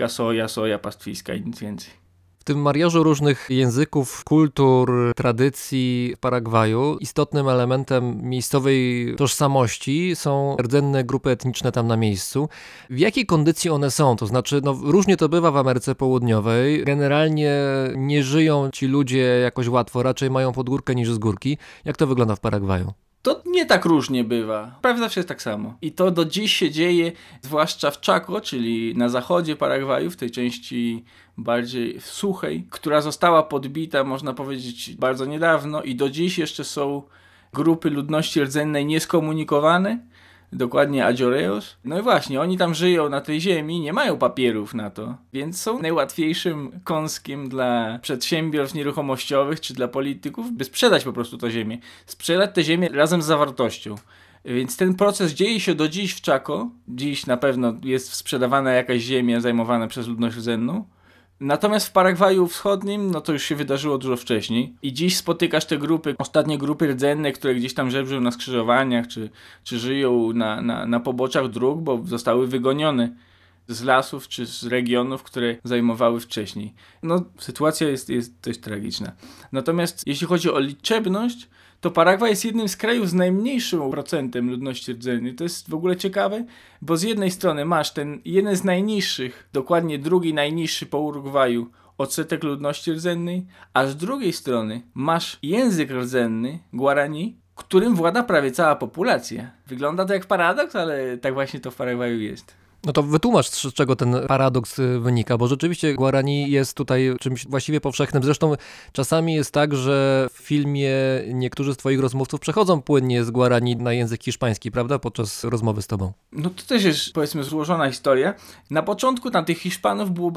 pastwiska i nic więcej. W tym mariażu różnych języków, kultur, tradycji w Paragwaju istotnym elementem miejscowej tożsamości są rdzenne grupy etniczne tam na miejscu. W jakiej kondycji one są? To znaczy, no różnie to bywa w Ameryce Południowej. Generalnie nie żyją ci ludzie jakoś łatwo, raczej mają pod górkę niż z górki. Jak to wygląda w Paragwaju? To nie tak różnie bywa. Prawie zawsze jest tak samo. I to do dziś się dzieje, zwłaszcza w Chaco, czyli na zachodzie Paragwaju, w tej części bardziej suchej, która została podbita, można powiedzieć, bardzo niedawno i do dziś jeszcze są grupy ludności rdzennej nieskomunikowane, dokładnie Adzoreos. No i właśnie, oni tam żyją na tej ziemi, nie mają papierów na to, więc są najłatwiejszym kąskiem dla przedsiębiorstw nieruchomościowych czy dla polityków, by sprzedać po prostu tę ziemię. Sprzedać tę ziemię razem z zawartością. Więc ten proces dzieje się do dziś w Chaco. Dziś na pewno jest sprzedawana jakaś ziemia zajmowana przez ludność rdzenną. Natomiast w Paragwaju Wschodnim, no to już się wydarzyło dużo wcześniej. I dziś spotykasz te grupy, ostatnie grupy rdzenne, które gdzieś tam żebrzą na skrzyżowaniach, czy żyją na poboczach dróg, bo zostały wygonione z lasów, czy z regionów, które zajmowały wcześniej. No, sytuacja jest dość tragiczna. Natomiast jeśli chodzi o liczebność, to Paragwaj jest jednym z krajów z najmniejszym procentem ludności rdzennej. To jest w ogóle ciekawe, bo z jednej strony masz ten jeden z najniższych, dokładnie drugi najniższy po Urugwaju odsetek ludności rdzennej, a z drugiej strony masz język rdzenny, Guarani, którym włada prawie cała populacja. Wygląda to jak paradoks, ale tak właśnie to w Paragwaju jest. No to wytłumacz, z czego ten paradoks wynika, bo rzeczywiście Guarani jest tutaj czymś właściwie powszechnym. Zresztą czasami jest tak, że w filmie niektórzy z twoich rozmówców przechodzą płynnie z Guarani na język hiszpański, prawda, podczas rozmowy z tobą. No to też jest, powiedzmy, złożona historia. Na początku tam tych Hiszpanów było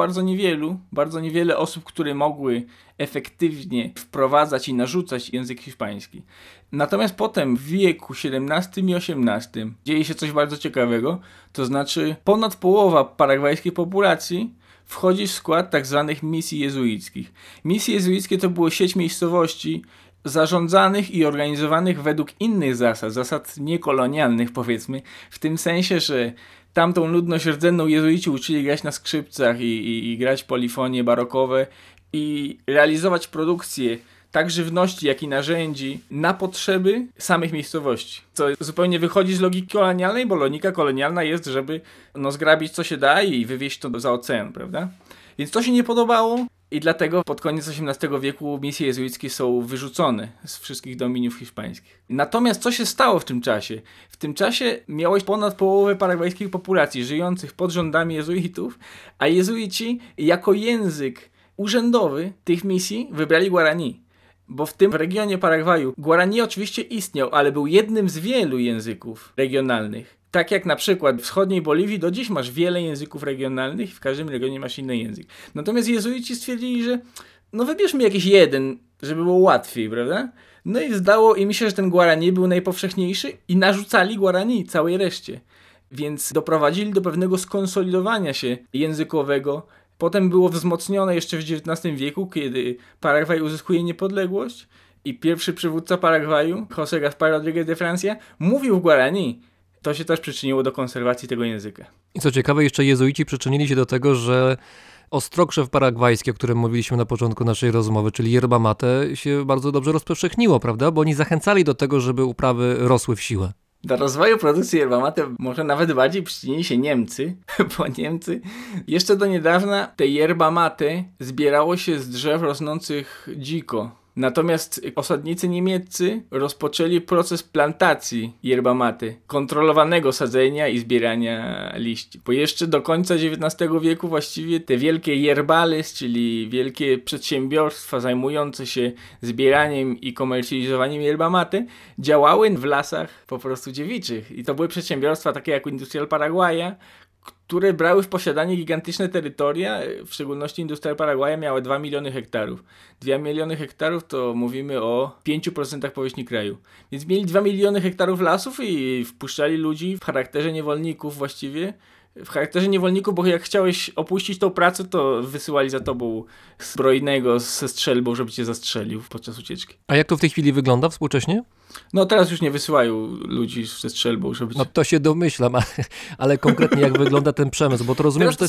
bardzo niewiele osób, które mogły efektywnie wprowadzać i narzucać język hiszpański. Natomiast potem w wieku XVII i XVIII dzieje się coś bardzo ciekawego, to znaczy ponad połowa paragwajskiej populacji wchodzi w skład tak zwanych misji jezuickich. Misje jezuickie to było sieć miejscowości zarządzanych i organizowanych według innych zasad niekolonialnych, powiedzmy, w tym sensie, że tamtą ludność rdzenną jezuici uczyli grać na skrzypcach i grać polifonie barokowe i realizować produkcję tak żywności, jak i narzędzi na potrzeby samych miejscowości. Co zupełnie wychodzi z logiki kolonialnej, bo logika kolonialna jest, żeby zgrabić co się da i wywieźć to za ocean, prawda? Więc to się nie podobało i dlatego pod koniec XVIII wieku misje jezuickie są wyrzucone z wszystkich dominiów hiszpańskich. Natomiast co się stało w tym czasie? W tym czasie miałeś ponad połowę paragwajskiej populacji żyjących pod rządami jezuitów, a jezuici jako język urzędowy tych misji wybrali Guarani. Bo w tym regionie Paragwaju Guarani oczywiście istniał, ale był jednym z wielu języków regionalnych. Tak jak na przykład w wschodniej Boliwii do dziś masz wiele języków regionalnych i w każdym regionie masz inny język. Natomiast jezuici stwierdzili, że wybierzmy jakiś jeden, żeby było łatwiej, prawda? No i zdało im się, że ten Guarani był najpowszechniejszy i narzucali Guarani całej reszcie. Więc doprowadzili do pewnego skonsolidowania się językowego. Potem było wzmocnione jeszcze w XIX wieku, kiedy Paragwaj uzyskuje niepodległość i pierwszy przywódca Paragwaju, José Gaspar Rodríguez de Francia, mówił w Guarani. To się też przyczyniło do konserwacji tego języka. I co ciekawe, jeszcze jezuici przyczynili się do tego, że ostrokrzew paragwajski, o którym mówiliśmy na początku naszej rozmowy, czyli yerba mate, się bardzo dobrze rozpowszechniło, prawda? Bo oni zachęcali do tego, żeby uprawy rosły w siłę. Do rozwoju produkcji yerba mate może nawet bardziej przyczynili się Niemcy, bo Niemcy jeszcze do niedawna te yerba mate zbierało się z drzew rosnących dziko. Natomiast osadnicy niemieccy rozpoczęli proces plantacji yerba mate, kontrolowanego sadzenia i zbierania liści. Bo jeszcze do końca XIX wieku właściwie te wielkie yerbales, czyli wielkie przedsiębiorstwa zajmujące się zbieraniem i komercjalizowaniem yerba mate, działały w lasach po prostu dziewiczych. I to były przedsiębiorstwa takie jak Industrial Paraguaya, które brały w posiadanie gigantyczne terytoria, w szczególności Industrial Paraguaya miały 2 miliony hektarów. 2 miliony hektarów to mówimy o 5% powierzchni kraju. Więc mieli 2 miliony hektarów lasów i wpuszczali ludzi w charakterze niewolników właściwie. W charakterze niewolników, bo jak chciałeś opuścić tą pracę, to wysyłali za tobą zbrojnego ze strzelbą, żeby cię zastrzelił podczas ucieczki. A jak to w tej chwili wygląda współcześnie? No teraz już nie wysyłają ludzi ze strzelbą, żeby... No to się domyślam, ale konkretnie jak wygląda ten przemysł, bo to rozumiem, teraz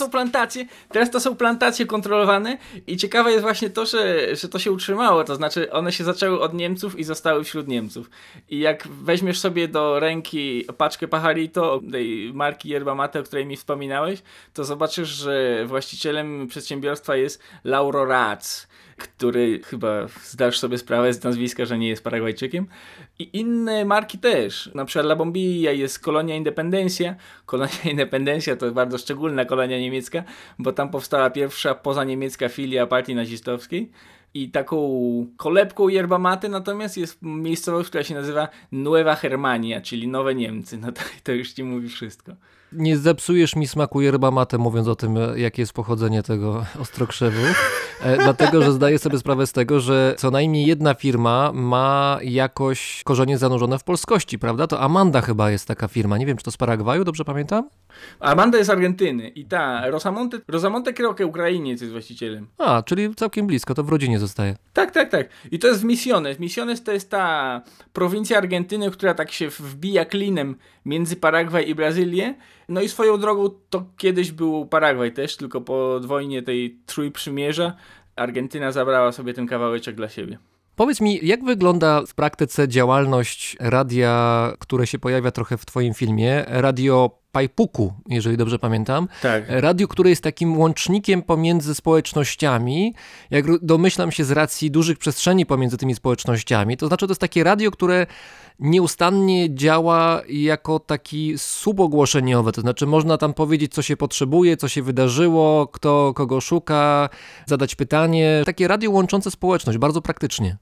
to są plantacje kontrolowane i ciekawe jest właśnie to, że to się utrzymało, to znaczy one się zaczęły od Niemców i zostały wśród Niemców. I jak weźmiesz sobie do ręki paczkę Pajarito, tej marki yerba mate, o której mi wspominałeś, to zobaczysz, że właścicielem przedsiębiorstwa jest Lauro Ratz, który chyba zdasz sobie sprawę z nazwiska, że nie jest Paragwajczykiem. I inne marki też. Na przykład La Bombilla jest Kolonia Independencia. Kolonia Independencia to bardzo szczególna kolonia niemiecka, bo tam powstała pierwsza pozaniemiecka filia partii nazistowskiej. I taką kolebką yerba mate natomiast jest miejscowość, która się nazywa Nueva Germania, czyli Nowe Niemcy. No to już ci mówi wszystko. Nie zepsujesz mi smaku yerba mate, mówiąc o tym, jakie jest pochodzenie tego ostrokrzewu, dlatego, że zdaję sobie sprawę z tego, że co najmniej jedna firma ma jakoś korzenie zanurzone w polskości, prawda? To Amanda chyba jest taka firma, nie wiem, czy to z Paragwaju, dobrze pamiętam? Amanda jest z Argentyny i ta Rosamonte Croque Ukrainiec jest właścicielem. A, czyli całkiem blisko, to w rodzinie zostaje. Tak. I to jest w Misiones. Misiones to jest ta prowincja Argentyny, która tak się wbija klinem między Paragwaj i Brazylię. No i swoją drogą to kiedyś był Paragwaj też, tylko po wojnie tej Trójprzymierza Argentyna zabrała sobie ten kawałeczek dla siebie. Powiedz mi, jak wygląda w praktyce działalność radia, które się pojawia trochę w twoim filmie, Radio Paipuku, jeżeli dobrze pamiętam. Tak. Radio, które jest takim łącznikiem pomiędzy społecznościami, jak domyślam się z racji dużych przestrzeni pomiędzy tymi społecznościami. To znaczy, to jest takie radio, które nieustannie działa jako taki słup ogłoszeniowy, to znaczy można tam powiedzieć, co się potrzebuje, co się wydarzyło, kto kogo szuka, zadać pytanie. Takie radio łączące społeczność, bardzo praktycznie.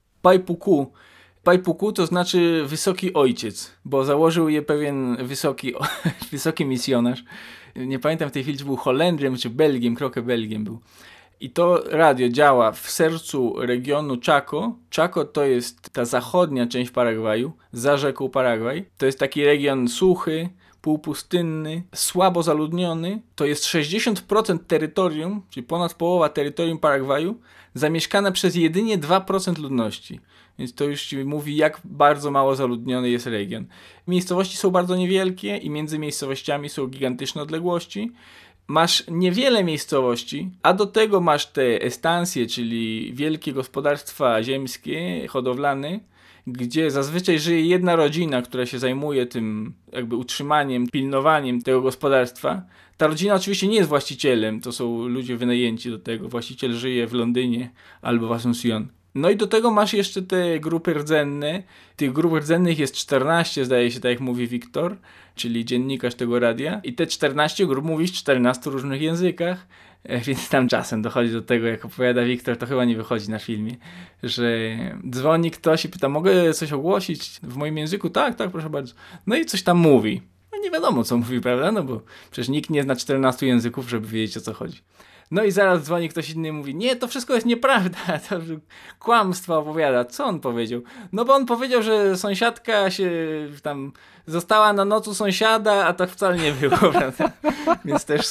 Paipuku to znaczy wysoki ojciec, bo założył je pewien wysoki misjonarz. Nie pamiętam w tej chwili, czy był Holendrem, czy Belgiem, Croque Belgiem był. I to radio działa w sercu regionu Chaco. Chaco to jest ta zachodnia część Paragwaju, za rzeką Paragwaj. To jest taki region suchy, półpustynny, słabo zaludniony. To jest 60% terytorium, czyli ponad połowa terytorium Paragwaju, zamieszkane przez jedynie 2% ludności. Więc to już ci mówi, jak bardzo mało zaludniony jest region. Miejscowości są bardzo niewielkie i między miejscowościami są gigantyczne odległości. Masz niewiele miejscowości, a do tego masz te estancje, czyli wielkie gospodarstwa ziemskie, hodowlane, gdzie zazwyczaj żyje jedna rodzina, która się zajmuje tym jakby utrzymaniem, pilnowaniem tego gospodarstwa. Ta rodzina oczywiście nie jest właścicielem, to są ludzie wynajęci do tego. Właściciel żyje w Londynie albo w Asunción. No i do tego masz jeszcze te grupy rdzenne. Tych grup rdzennych jest 14, zdaje się, tak jak mówi Wiktor, czyli dziennikarz tego radia. I te 14 grup mówi w 14 różnych językach, więc tam czasem dochodzi do tego, jak opowiada Wiktor, to chyba nie wychodzi na filmie, że dzwoni ktoś i pyta, mogę coś ogłosić w moim języku? Tak, proszę bardzo. No i coś tam mówi. No nie wiadomo, co mówi, prawda? No bo przecież nikt nie zna 14 języków, żeby wiedzieć, o co chodzi. No i zaraz dzwoni ktoś inny i mówi, nie, to wszystko jest nieprawda, to kłamstwo opowiada. Co on powiedział? No bo on powiedział, że sąsiadka się tam została na noc u sąsiada, a tak wcale nie było, prawda? Więc też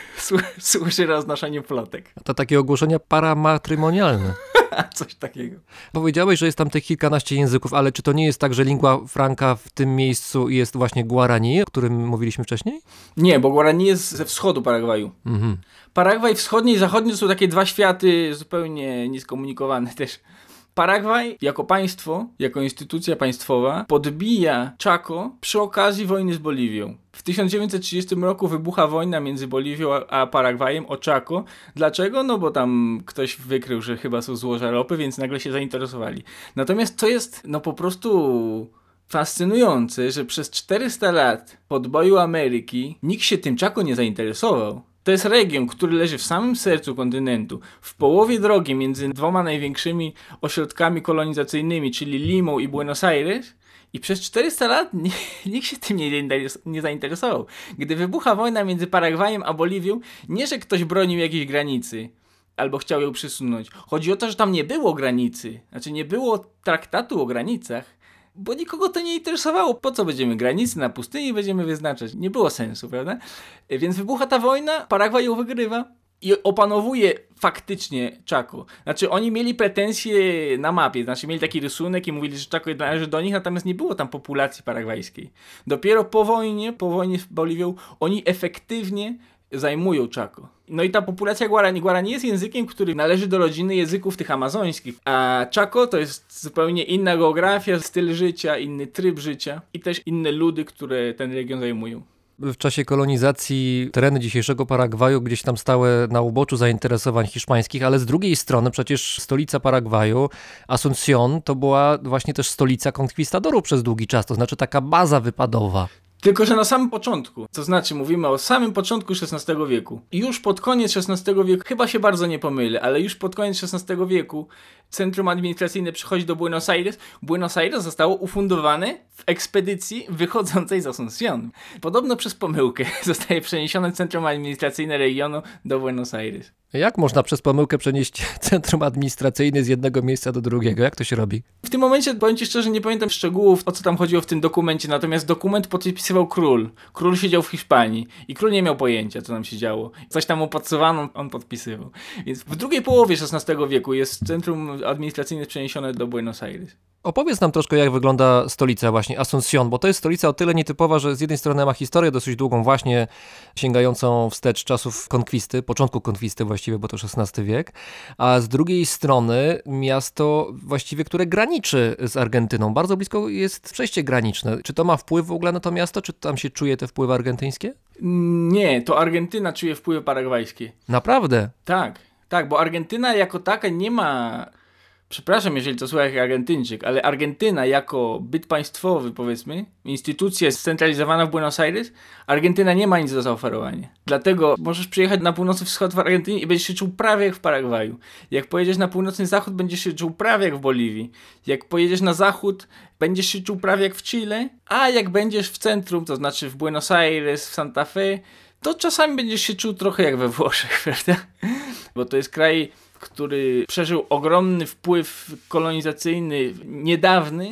służy roznoszeniu plotek. To takie ogłoszenia paramatrymonialne. Coś takiego. Powiedziałeś, że jest tam tych kilkanaście języków, ale czy to nie jest tak, że lingua franca w tym miejscu jest właśnie Guarani, o którym mówiliśmy wcześniej? Nie, bo Guarani jest ze wschodu Paragwaju. Mhm. Paragwaj wschodni i zachodni to są takie dwa światy zupełnie nieskomunikowane też. Paragwaj jako państwo, jako instytucja państwowa podbija Chaco przy okazji wojny z Boliwią. W 1930 roku wybucha wojna między Boliwią a Paragwajem o Chaco. Dlaczego? No bo tam ktoś wykrył, że chyba są złoża ropy, więc nagle się zainteresowali. Natomiast to jest po prostu fascynujące, że przez 400 lat podboju Ameryki nikt się tym Chaco nie zainteresował. To jest region, który leży w samym sercu kontynentu, w połowie drogi między dwoma największymi ośrodkami kolonizacyjnymi, czyli Limą i Buenos Aires, i przez 400 lat nikt się tym nie zainteresował. Gdy wybucha wojna między Paragwajem a Boliwią, nie że ktoś bronił jakiejś granicy albo chciał ją przysunąć. Chodzi o to, że tam nie było granicy, znaczy nie było traktatu o granicach, bo nikogo to nie interesowało. Po co będziemy granicy na pustyni będziemy wyznaczać? Nie było sensu, prawda? Więc wybucha ta wojna, Paragwaj ją wygrywa i opanowuje faktycznie Chaco. Znaczy oni mieli pretensje na mapie, znaczy mieli taki rysunek i mówili, że Chaco należy do nich, natomiast nie było tam populacji paragwajskiej. Dopiero po wojnie z Boliwią, oni efektywnie zajmują Chaco. No i ta populacja Guarani. Guarani jest językiem, który należy do rodziny języków tych amazońskich, a Chaco to jest zupełnie inna geografia, styl życia, inny tryb życia i też inne ludy, które ten region zajmują. W czasie kolonizacji tereny dzisiejszego Paragwaju gdzieś tam stały na uboczu zainteresowań hiszpańskich, ale z drugiej strony przecież stolica Paragwaju, Asunción, to była właśnie też stolica konkwistadorów przez długi czas, to znaczy taka baza wypadowa. Tylko że na samym początku, to znaczy mówimy o samym początku XVI wieku. I już pod koniec XVI wieku, chyba się bardzo nie pomylę, ale już pod koniec XVI wieku centrum administracyjne przychodzi do Buenos Aires. Buenos Aires zostało ufundowane w ekspedycji wychodzącej z Asunción. Podobno przez pomyłkę zostaje przeniesione centrum administracyjne regionu do Buenos Aires. Jak można przez pomyłkę przenieść centrum administracyjne z jednego miejsca do drugiego? Jak to się robi? W tym momencie, powiem ci szczerze, nie pamiętam szczegółów, o co tam chodziło w tym dokumencie, natomiast dokument podpisywał król. Król siedział w Hiszpanii i król nie miał pojęcia, co tam się działo. Coś tam mu podsuwano, on podpisywał. Więc w drugiej połowie XVI wieku jest centrum administracyjne przeniesione do Buenos Aires. Opowiedz nam troszkę, jak wygląda stolica właśnie Asunción, bo to jest stolica o tyle nietypowa, że z jednej strony ma historię dosyć długą, właśnie sięgającą wstecz czasów konkwisty, początku konkwisty właściwie, bo to XVI wiek, a z drugiej strony miasto właściwie, które graniczy z Argentyną. Bardzo blisko jest przejście graniczne. Czy to ma wpływ w ogóle na to miasto? Czy tam się czuje te wpływy argentyńskie? Nie, to Argentyna czuje wpływy paragwajskie. Naprawdę? Tak, bo Argentyna jako taka nie ma... Przepraszam, jeżeli to słucha jak Argentyńczyk, ale Argentyna jako byt państwowy, powiedzmy, instytucja scentralizowana w Buenos Aires, Argentyna nie ma nic do zaoferowania. Dlatego możesz przyjechać na północny wschód w Argentynie i będziesz się czuł prawie jak w Paragwaju. Jak pojedziesz na północny zachód, będziesz się czuł prawie jak w Boliwii. Jak pojedziesz na zachód, będziesz się czuł prawie jak w Chile, a jak będziesz w centrum, to znaczy w Buenos Aires, w Santa Fe, to czasami będziesz się czuł trochę jak we Włoszech, prawda? Bo to jest kraj, który przeżył ogromny wpływ kolonizacyjny, niedawny,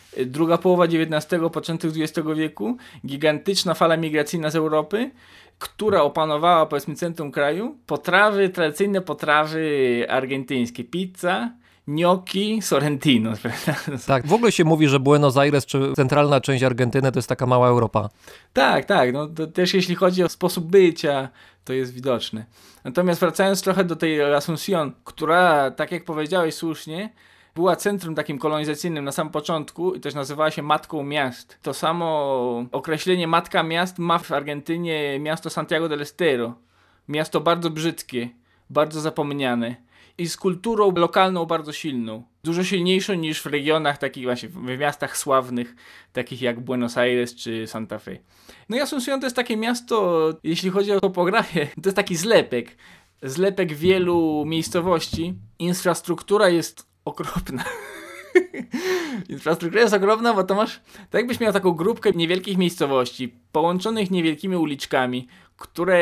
druga połowa XIX, początek XX wieku, gigantyczna fala migracyjna z Europy, która opanowała, powiedzmy, centrum kraju. Tradycyjne potrawy argentyńskie, pizza, gnocchi, sorrentino. Tak, w ogóle się mówi, że Buenos Aires czy centralna część Argentyny to jest taka mała Europa. Tak, no to też jeśli chodzi o sposób bycia, to jest widoczne. Natomiast wracając trochę do tej Asunción, która, tak jak powiedziałeś słusznie, była centrum takim kolonizacyjnym na samym początku i też nazywała się Matką Miast. To samo określenie Matka Miast ma w Argentynie miasto Santiago del Estero. Miasto bardzo brzydkie, bardzo zapomniane i z kulturą lokalną bardzo silną. Dużo silniejszą niż w regionach takich właśnie, w miastach sławnych, takich jak Buenos Aires czy Santa Fe. No i Asunción to jest takie miasto, jeśli chodzi o topografię, to jest taki zlepek wielu miejscowości. Infrastruktura jest okropna. Infrastruktura jest okropna, bo to masz, tak jakbyś miał taką grupkę niewielkich miejscowości, połączonych niewielkimi uliczkami, które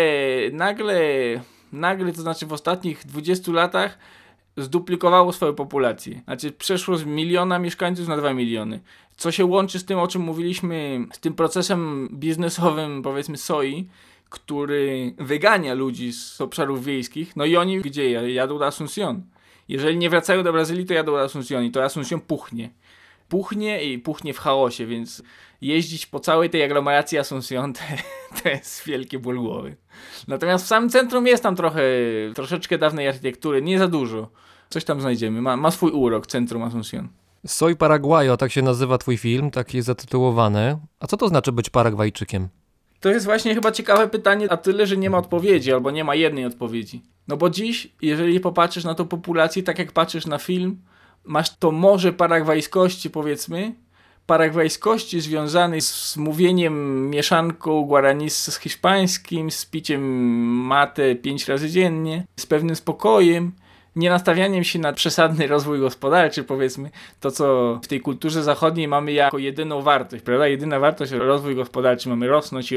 nagle, to znaczy w ostatnich 20 latach zduplikowało swoją populację. Znaczy przeszło z 1 miliona mieszkańców na 2 miliony. Co się łączy z tym, o czym mówiliśmy, z tym procesem biznesowym, powiedzmy, soi, który wygania ludzi z obszarów wiejskich. No i oni gdzie jadą do Asunción. Jeżeli nie wracają do Brazylii, to jadą do Asunción i to Asunción puchnie. Puchnie w chaosie, więc jeździć po całej tej aglomeracji Asunción to jest wielkie ból głowy. Natomiast w samym centrum jest tam troszeczkę dawnej architektury, nie za dużo. Coś tam znajdziemy, ma swój urok centrum Asunción. Soy Paraguayo, tak się nazywa twój film, tak jest zatytułowany. A co to znaczy być Paragwajczykiem? To jest właśnie chyba ciekawe pytanie, a tyle, że nie ma odpowiedzi, albo nie ma jednej odpowiedzi. No bo dziś, jeżeli popatrzysz na tą populację, tak jak patrzysz na film, masz to morze paragwajskości, powiedzmy, paragwajskości związanej z mówieniem mieszanką guarani z hiszpańskim, z piciem mate 5 razy dziennie, z pewnym spokojem, nie nastawianiem się na przesadny rozwój gospodarczy, powiedzmy, to co w tej kulturze zachodniej mamy jako jedyną wartość, prawda? Jedyna wartość, rozwój gospodarczy, mamy rosnąć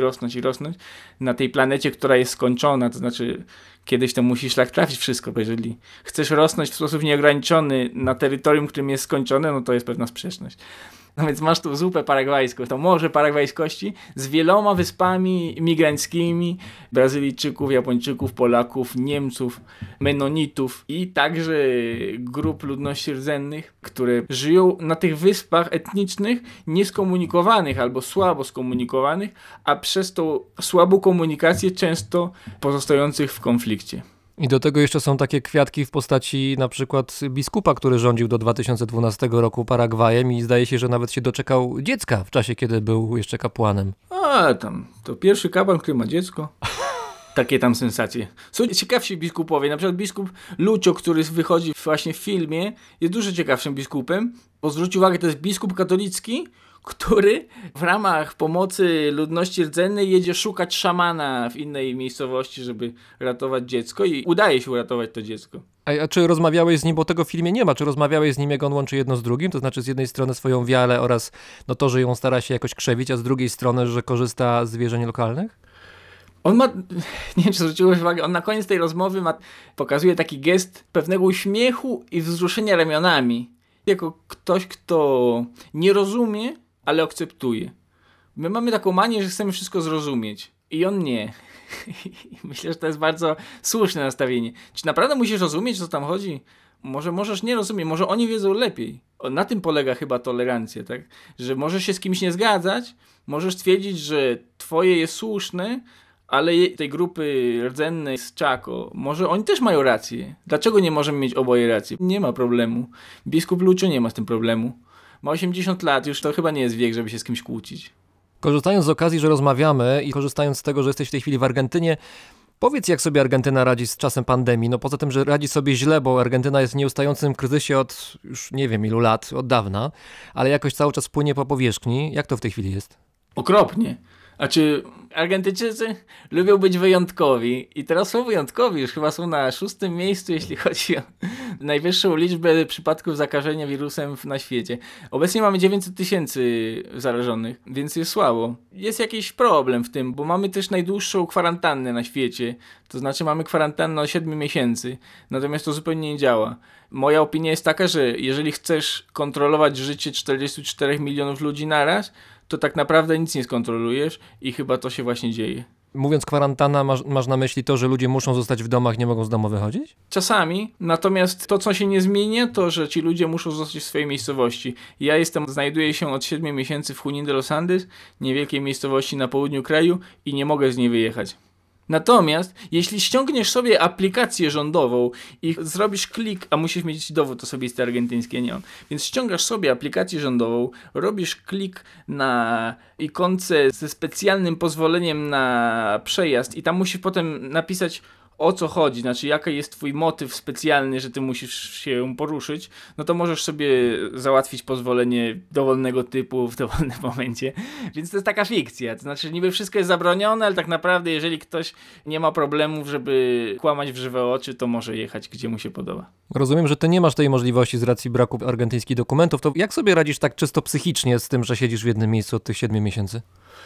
na tej planecie, która jest skończona, to znaczy kiedyś to musi szlak trafić wszystko, bo jeżeli chcesz rosnąć w sposób nieograniczony na terytorium, którym jest skończone, no to jest pewna sprzeczność. No więc masz tu zupę paragwajską, to morze paragwajskości z wieloma wyspami migranckimi Brazylijczyków, Japończyków, Polaków, Niemców, Menonitów i także grup ludności rdzennych, które żyją na tych wyspach etnicznych nieskomunikowanych albo słabo skomunikowanych, a przez tą słabą komunikację często pozostających w konflikcie. I do tego jeszcze są takie kwiatki w postaci na przykład biskupa, który rządził do 2012 roku Paragwajem i zdaje się, że nawet się doczekał dziecka w czasie, kiedy był jeszcze kapłanem. A tam, to pierwszy kapłan, który ma dziecko. Takie tam sensacje. Są ciekawsi biskupowie, na przykład biskup Lucio, który wychodzi właśnie w filmie, jest dużo ciekawszym biskupem, bo zwróć uwagę, to jest biskup katolicki, który w ramach pomocy ludności rdzennej jedzie szukać szamana w innej miejscowości, żeby ratować dziecko i udaje się uratować to dziecko. A czy rozmawiałeś z nim, bo tego w filmie nie ma, czy rozmawiałeś z nim, jak on łączy jedno z drugim, to znaczy z jednej strony swoją wiarę oraz to, że ją stara się jakoś krzewić, a z drugiej strony, że korzysta z wierzeń lokalnych? On ma, nie wiem czy zwróciłeś uwagę, on na koniec tej rozmowy pokazuje taki gest pewnego uśmiechu i wzruszenia ramionami. Jako ktoś, kto nie rozumie, ale akceptuje. My mamy taką manię, że chcemy wszystko zrozumieć. I on nie. Myślę, że to jest bardzo słuszne nastawienie. Czy naprawdę musisz rozumieć, co tam chodzi? Może możesz nie rozumieć, może oni wiedzą lepiej. Na tym polega chyba tolerancja, tak? Że możesz się z kimś nie zgadzać, możesz twierdzić, że twoje jest słuszne, ale tej grupy rdzennej z Chaco, może oni też mają rację. Dlaczego nie możemy mieć oboje racji? Nie ma problemu. Biskup Lucio nie ma z tym problemu. Ma 80 lat, już to chyba nie jest wiek, żeby się z kimś kłócić. Korzystając z okazji, że rozmawiamy i korzystając z tego, że jesteś w tej chwili w Argentynie, powiedz, jak sobie Argentyna radzi z czasem pandemii. No poza tym, że radzi sobie źle, bo Argentyna jest w nieustającym kryzysie od już nie wiem ilu lat, od dawna, ale jakoś cały czas płynie po powierzchni. Jak to w tej chwili jest? Okropnie. A czy Argentyńczycy lubią być wyjątkowi i teraz są wyjątkowi, już chyba są na 6. miejscu, jeśli chodzi o najwyższą liczbę przypadków zakażenia wirusem na świecie. Obecnie mamy 900 tysięcy zarażonych, więc jest słabo. Jest jakiś problem w tym, bo mamy też najdłuższą kwarantannę na świecie, to znaczy mamy kwarantannę o 7 miesięcy, natomiast to zupełnie nie działa. Moja opinia jest taka, że jeżeli chcesz kontrolować życie 44 milionów ludzi naraz, to tak naprawdę nic nie skontrolujesz i chyba to się właśnie dzieje. Mówiąc kwarantanna, masz na myśli to, że ludzie muszą zostać w domach, nie mogą z domu wychodzić? Czasami, natomiast to, co się nie zmienia, to, że ci ludzie muszą zostać w swojej miejscowości. Ja znajduję się od 7 miesięcy w Junín de los Andes, niewielkiej miejscowości na południu kraju i nie mogę z niej wyjechać. Natomiast, jeśli ściągniesz sobie aplikację rządową i zrobisz klik, a musisz mieć dowód osobisty argentyński, ja nie mam, więc ściągasz sobie aplikację rządową, robisz klik na ikonce ze specjalnym pozwoleniem na przejazd i tam musisz potem napisać, o co chodzi, znaczy jaki jest twój motyw specjalny, że ty musisz się poruszyć, no to możesz sobie załatwić pozwolenie dowolnego typu w dowolnym momencie. Więc to jest taka fikcja, to znaczy niby wszystko jest zabronione, ale tak naprawdę jeżeli ktoś nie ma problemów, żeby kłamać w żywe oczy, to może jechać gdzie mu się podoba. Rozumiem, że ty nie masz tej możliwości z racji braku argentyńskich dokumentów, to jak sobie radzisz tak czysto psychicznie z tym, że siedzisz w jednym miejscu od tych 7 miesięcy?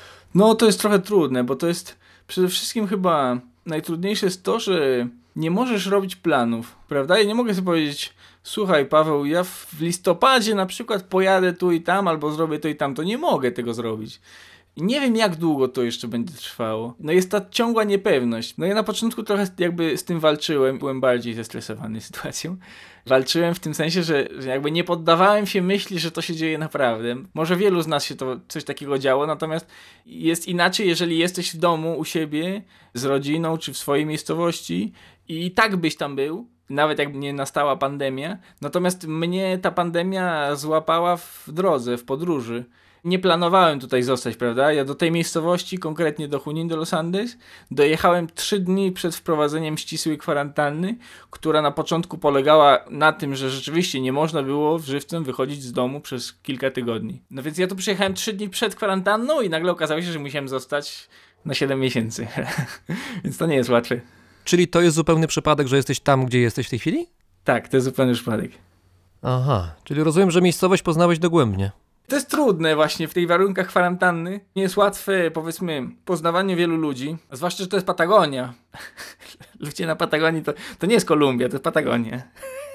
No to jest trochę trudne, bo to jest przede wszystkim chyba najtrudniejsze jest to, że nie możesz robić planów, prawda? Ja nie mogę sobie powiedzieć, słuchaj Paweł, ja w listopadzie na przykład pojadę tu i tam, albo zrobię to i tam, to nie mogę tego zrobić. I nie wiem, jak długo to jeszcze będzie trwało. No jest ta ciągła niepewność. No ja na początku trochę jakby z tym walczyłem. Byłem bardziej zestresowany sytuacją. Walczyłem w tym sensie, że jakby nie poddawałem się myśli, że to się dzieje naprawdę. Może wielu z nas się to coś takiego działo, natomiast jest inaczej, jeżeli jesteś w domu u siebie z rodziną, czy w swojej miejscowości i tak byś tam był, nawet jak nie nastała pandemia. Natomiast mnie ta pandemia złapała w drodze, w podróży. Nie planowałem tutaj zostać, prawda? Ja do tej miejscowości, konkretnie do Junín de los Andes, dojechałem 3 dni przed wprowadzeniem ścisłej kwarantanny, która na początku polegała na tym, że rzeczywiście nie można było żywcem wychodzić z domu przez kilka tygodni. No więc ja tu przyjechałem 3 dni przed kwarantanną i nagle okazało się, że musiałem zostać na 7 miesięcy. Więc to nie jest łatwe. Czyli to jest zupełny przypadek, że jesteś tam, gdzie jesteś w tej chwili? Tak, to jest zupełny przypadek. Aha, czyli rozumiem, że miejscowość poznałeś dogłębnie. To jest trudne właśnie w tych warunkach kwarantanny. Nie jest łatwe, powiedzmy, poznawanie wielu ludzi. Zwłaszcza, że to jest Patagonia. Ludzie na Patagonii to nie jest Kolumbia, to jest Patagonia.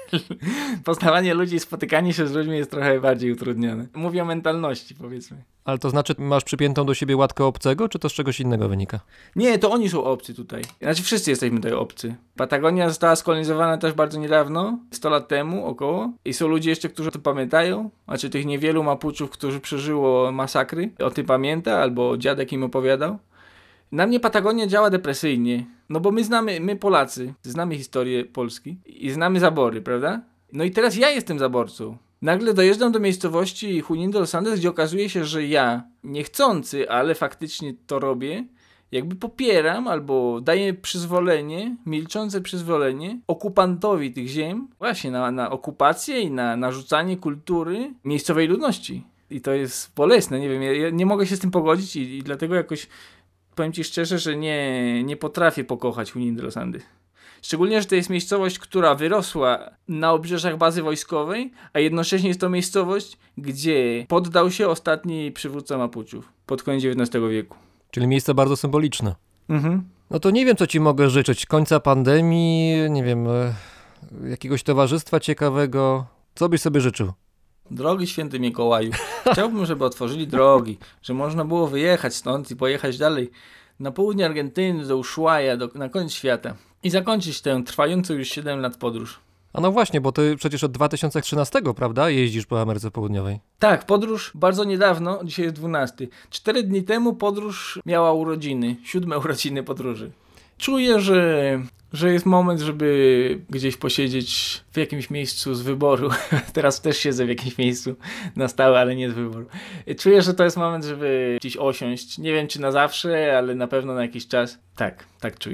Poznawanie ludzi i spotykanie się z ludźmi jest trochę bardziej utrudnione. Mówię o mentalności, powiedzmy. Ale to znaczy, masz przypiętą do siebie łatkę obcego, czy to z czegoś innego wynika? Nie, to oni są obcy tutaj. Znaczy wszyscy jesteśmy tutaj obcy. Patagonia została skolonizowana też bardzo niedawno, 100 lat temu około. I są ludzie jeszcze, którzy to pamiętają. Znaczy tych niewielu Mapuczów, którzy przeżyło masakry, o tym pamięta, albo dziadek im opowiadał. Na mnie Patagonia działa depresyjnie. No bo my Polacy, znamy historię Polski i znamy zabory, prawda? No i teraz ja jestem zaborcą. Nagle dojeżdżam do miejscowości Junín de los Andes, gdzie okazuje się, że ja, niechcący, ale faktycznie to robię, jakby popieram albo daję przyzwolenie, milczące przyzwolenie okupantowi tych ziem właśnie na okupację i na narzucanie kultury miejscowej ludności. I to jest bolesne, nie wiem, ja nie mogę się z tym pogodzić i dlatego jakoś powiem ci szczerze, że nie potrafię pokochać Junín de los Andes. Szczególnie, że to jest miejscowość, która wyrosła na obrzeżach bazy wojskowej, a jednocześnie jest to miejscowość, gdzie poddał się ostatni przywódca Mapuczów pod koniec XIX wieku. Czyli miejsce bardzo symboliczne. Mhm. No to nie wiem, co ci mogę życzyć. Końca pandemii, nie wiem, jakiegoś towarzystwa ciekawego. Co byś sobie życzył? Drogi święty Mikołaju. Chciałbym, żeby otworzyli drogi, że można było wyjechać stąd i pojechać dalej na południe Argentyny, do Ushuaia, na koniec świata i zakończyć tę trwającą już 7 lat podróż. A no właśnie, bo ty przecież od 2013, prawda, jeździsz po Ameryce Południowej. Tak, podróż bardzo niedawno, dzisiaj jest 12. 4 dni temu podróż miała urodziny, 7 urodziny podróży. Czuję, że jest moment, żeby gdzieś posiedzieć w jakimś miejscu z wyboru. Teraz też siedzę w jakimś miejscu na stałe, ale nie z wyboru. Czuję, że to jest moment, żeby gdzieś osiąść. Nie wiem, czy na zawsze, ale na pewno na jakiś czas. Tak czuję.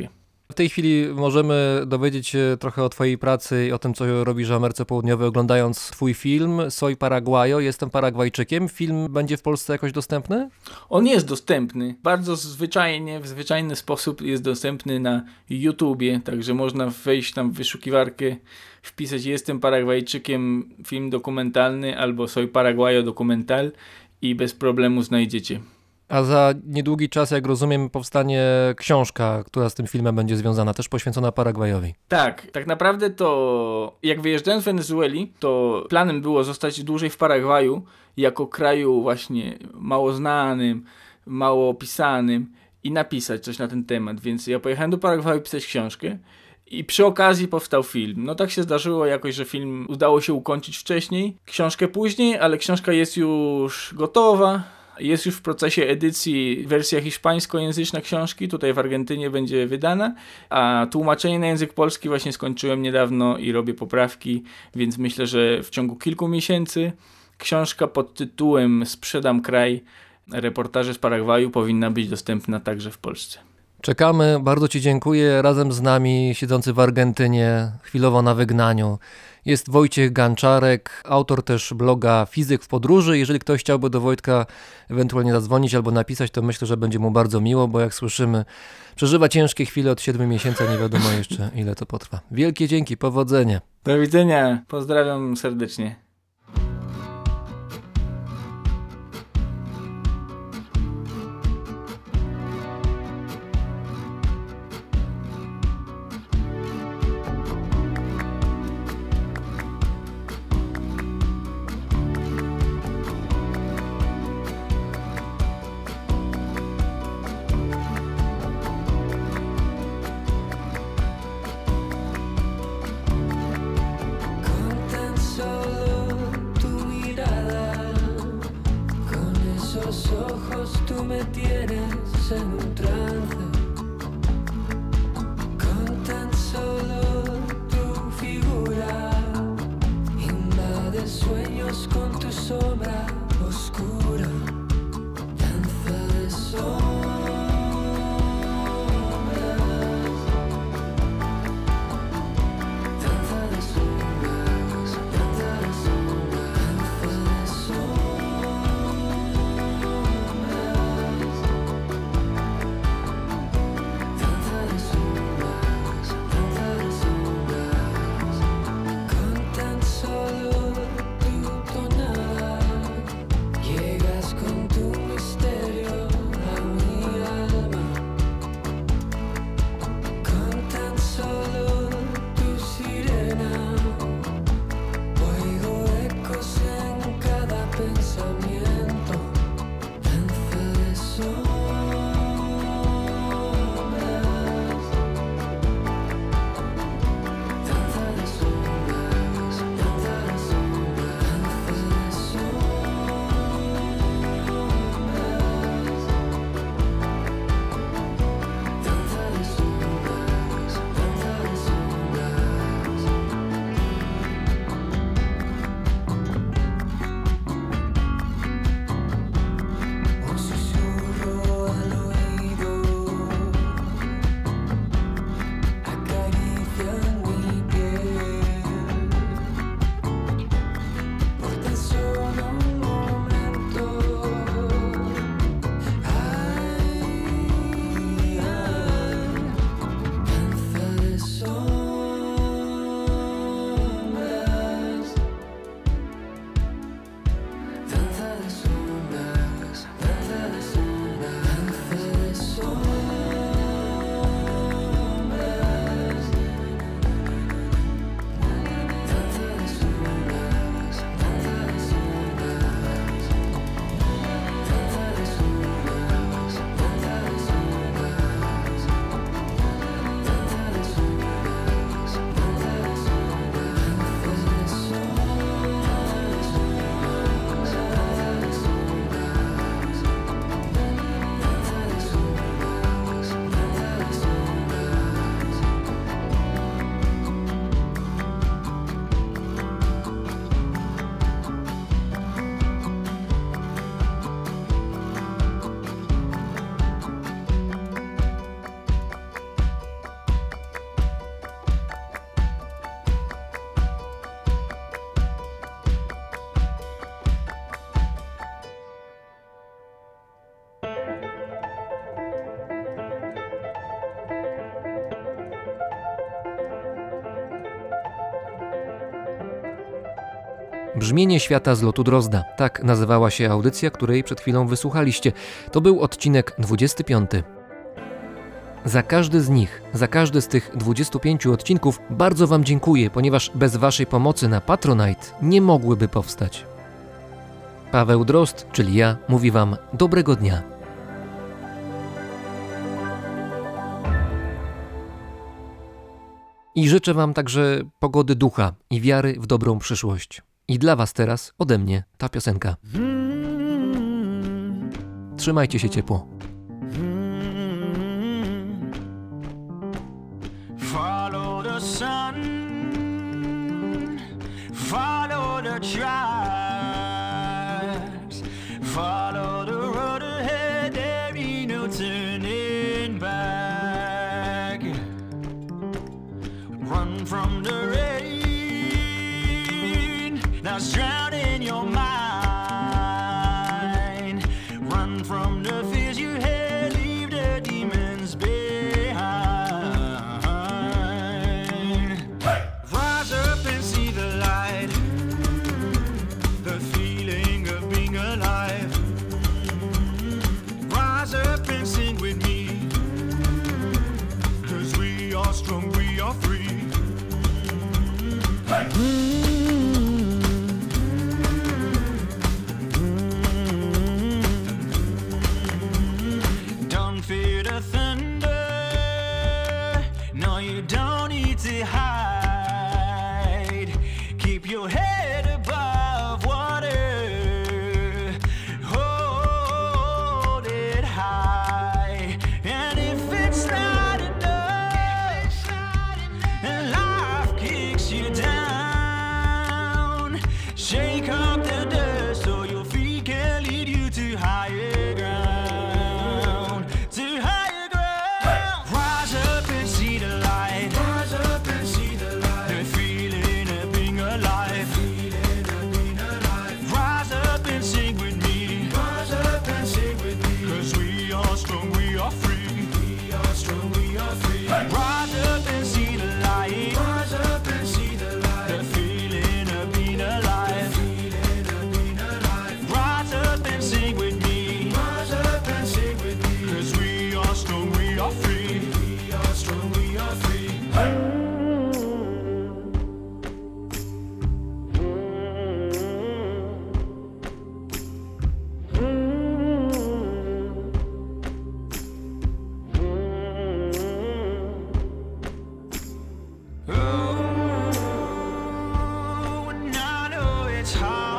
W tej chwili możemy dowiedzieć się trochę o twojej pracy i o tym, co robisz w Ameryce Południowej, oglądając twój film Soy Paraguayo, Jestem Paragwajczykiem. Film będzie w Polsce jakoś dostępny? On jest dostępny. Bardzo zwyczajnie, w zwyczajny sposób jest dostępny na YouTubie, także można wejść tam w wyszukiwarkę, wpisać Jestem Paragwajczykiem film dokumentalny albo Soy Paraguayo dokumental i bez problemu znajdziecie. A za niedługi czas, jak rozumiem, powstanie książka, która z tym filmem będzie związana, też poświęcona Paragwajowi. Tak naprawdę to jak wyjeżdżałem z Wenezueli, to planem było zostać dłużej w Paragwaju, jako kraju właśnie mało znanym, mało opisanym i napisać coś na ten temat, więc ja pojechałem do Paragwaju pisać książkę i przy okazji powstał film. No tak się zdarzyło jakoś, że film udało się ukończyć wcześniej, książkę później, ale książka jest już gotowa. Jest już w procesie edycji wersja hiszpańskojęzyczna książki, tutaj w Argentynie będzie wydana, a tłumaczenie na język polski właśnie skończyłem niedawno i robię poprawki, więc myślę, że w ciągu kilku miesięcy książka pod tytułem Sprzedam kraj, reportaże z Paragwaju powinna być dostępna także w Polsce. Czekamy, bardzo ci dziękuję. Razem z nami, siedzący w Argentynie, chwilowo na wygnaniu, jest Wojciech Ganczarek, autor też bloga Fizyk w podróży. Jeżeli ktoś chciałby do Wojtka ewentualnie zadzwonić albo napisać, to myślę, że będzie mu bardzo miło, bo jak słyszymy, przeżywa ciężkie chwile od 7 miesięcy, nie wiadomo jeszcze ile to potrwa. Wielkie dzięki, powodzenia. Do widzenia, pozdrawiam serdecznie. Brzmienie świata z lotu Drozda. Tak nazywała się audycja, której przed chwilą wysłuchaliście. To był odcinek 25. Za każdy z nich, za każdy z tych 25 odcinków bardzo Wam dziękuję, ponieważ bez Waszej pomocy na Patronite nie mogłyby powstać. Paweł Drozd, czyli ja, mówi Wam dobrego dnia. I życzę Wam także pogody ducha i wiary w dobrą przyszłość. I dla Was teraz ode mnie ta piosenka. Trzymajcie się ciepło. Follow the sun, follow the tribes, follow the road ahead, there be no turning back. Run from the rain that's drowning your mind. Run from the fears you had, leave the demons behind. Rise up and see the light, the feeling of being alive. Rise up and sing with me, 'cause we are strong, we are free. Don't fear the thunder, no you don't need to hide. Keep your head above water, hold it high. And if it's not enough, and life kicks you down, shake up the dust so your feet can lead you to higher ground, to higher ground. Rise up and see the light, rise up and see the light, the feeling of being alive, feeling of being alive. Rise up and sing with me, rise up and sing with me, 'cause we are strong, we are free, we are strong, we are free. Rise up and see the light, rise up and see the light, the feeling of being alive, feeling of being alive. Rise up and sing with me, rise up and sing with me, 'cause we are strong, we are free, we are strong, we are free. Oh, and I know it's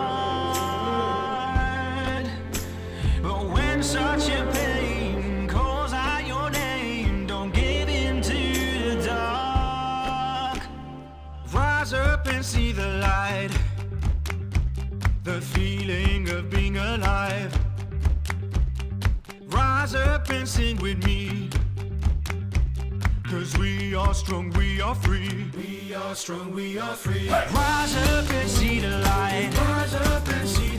hard, but when such a pain calls out your name, don't give in to the dark. Rise up and see the light, the feeling of being alive. Rise up and sing with me, 'cause we are strong, we are free, we are strong, we are free. Rise up and see the light, rise up and see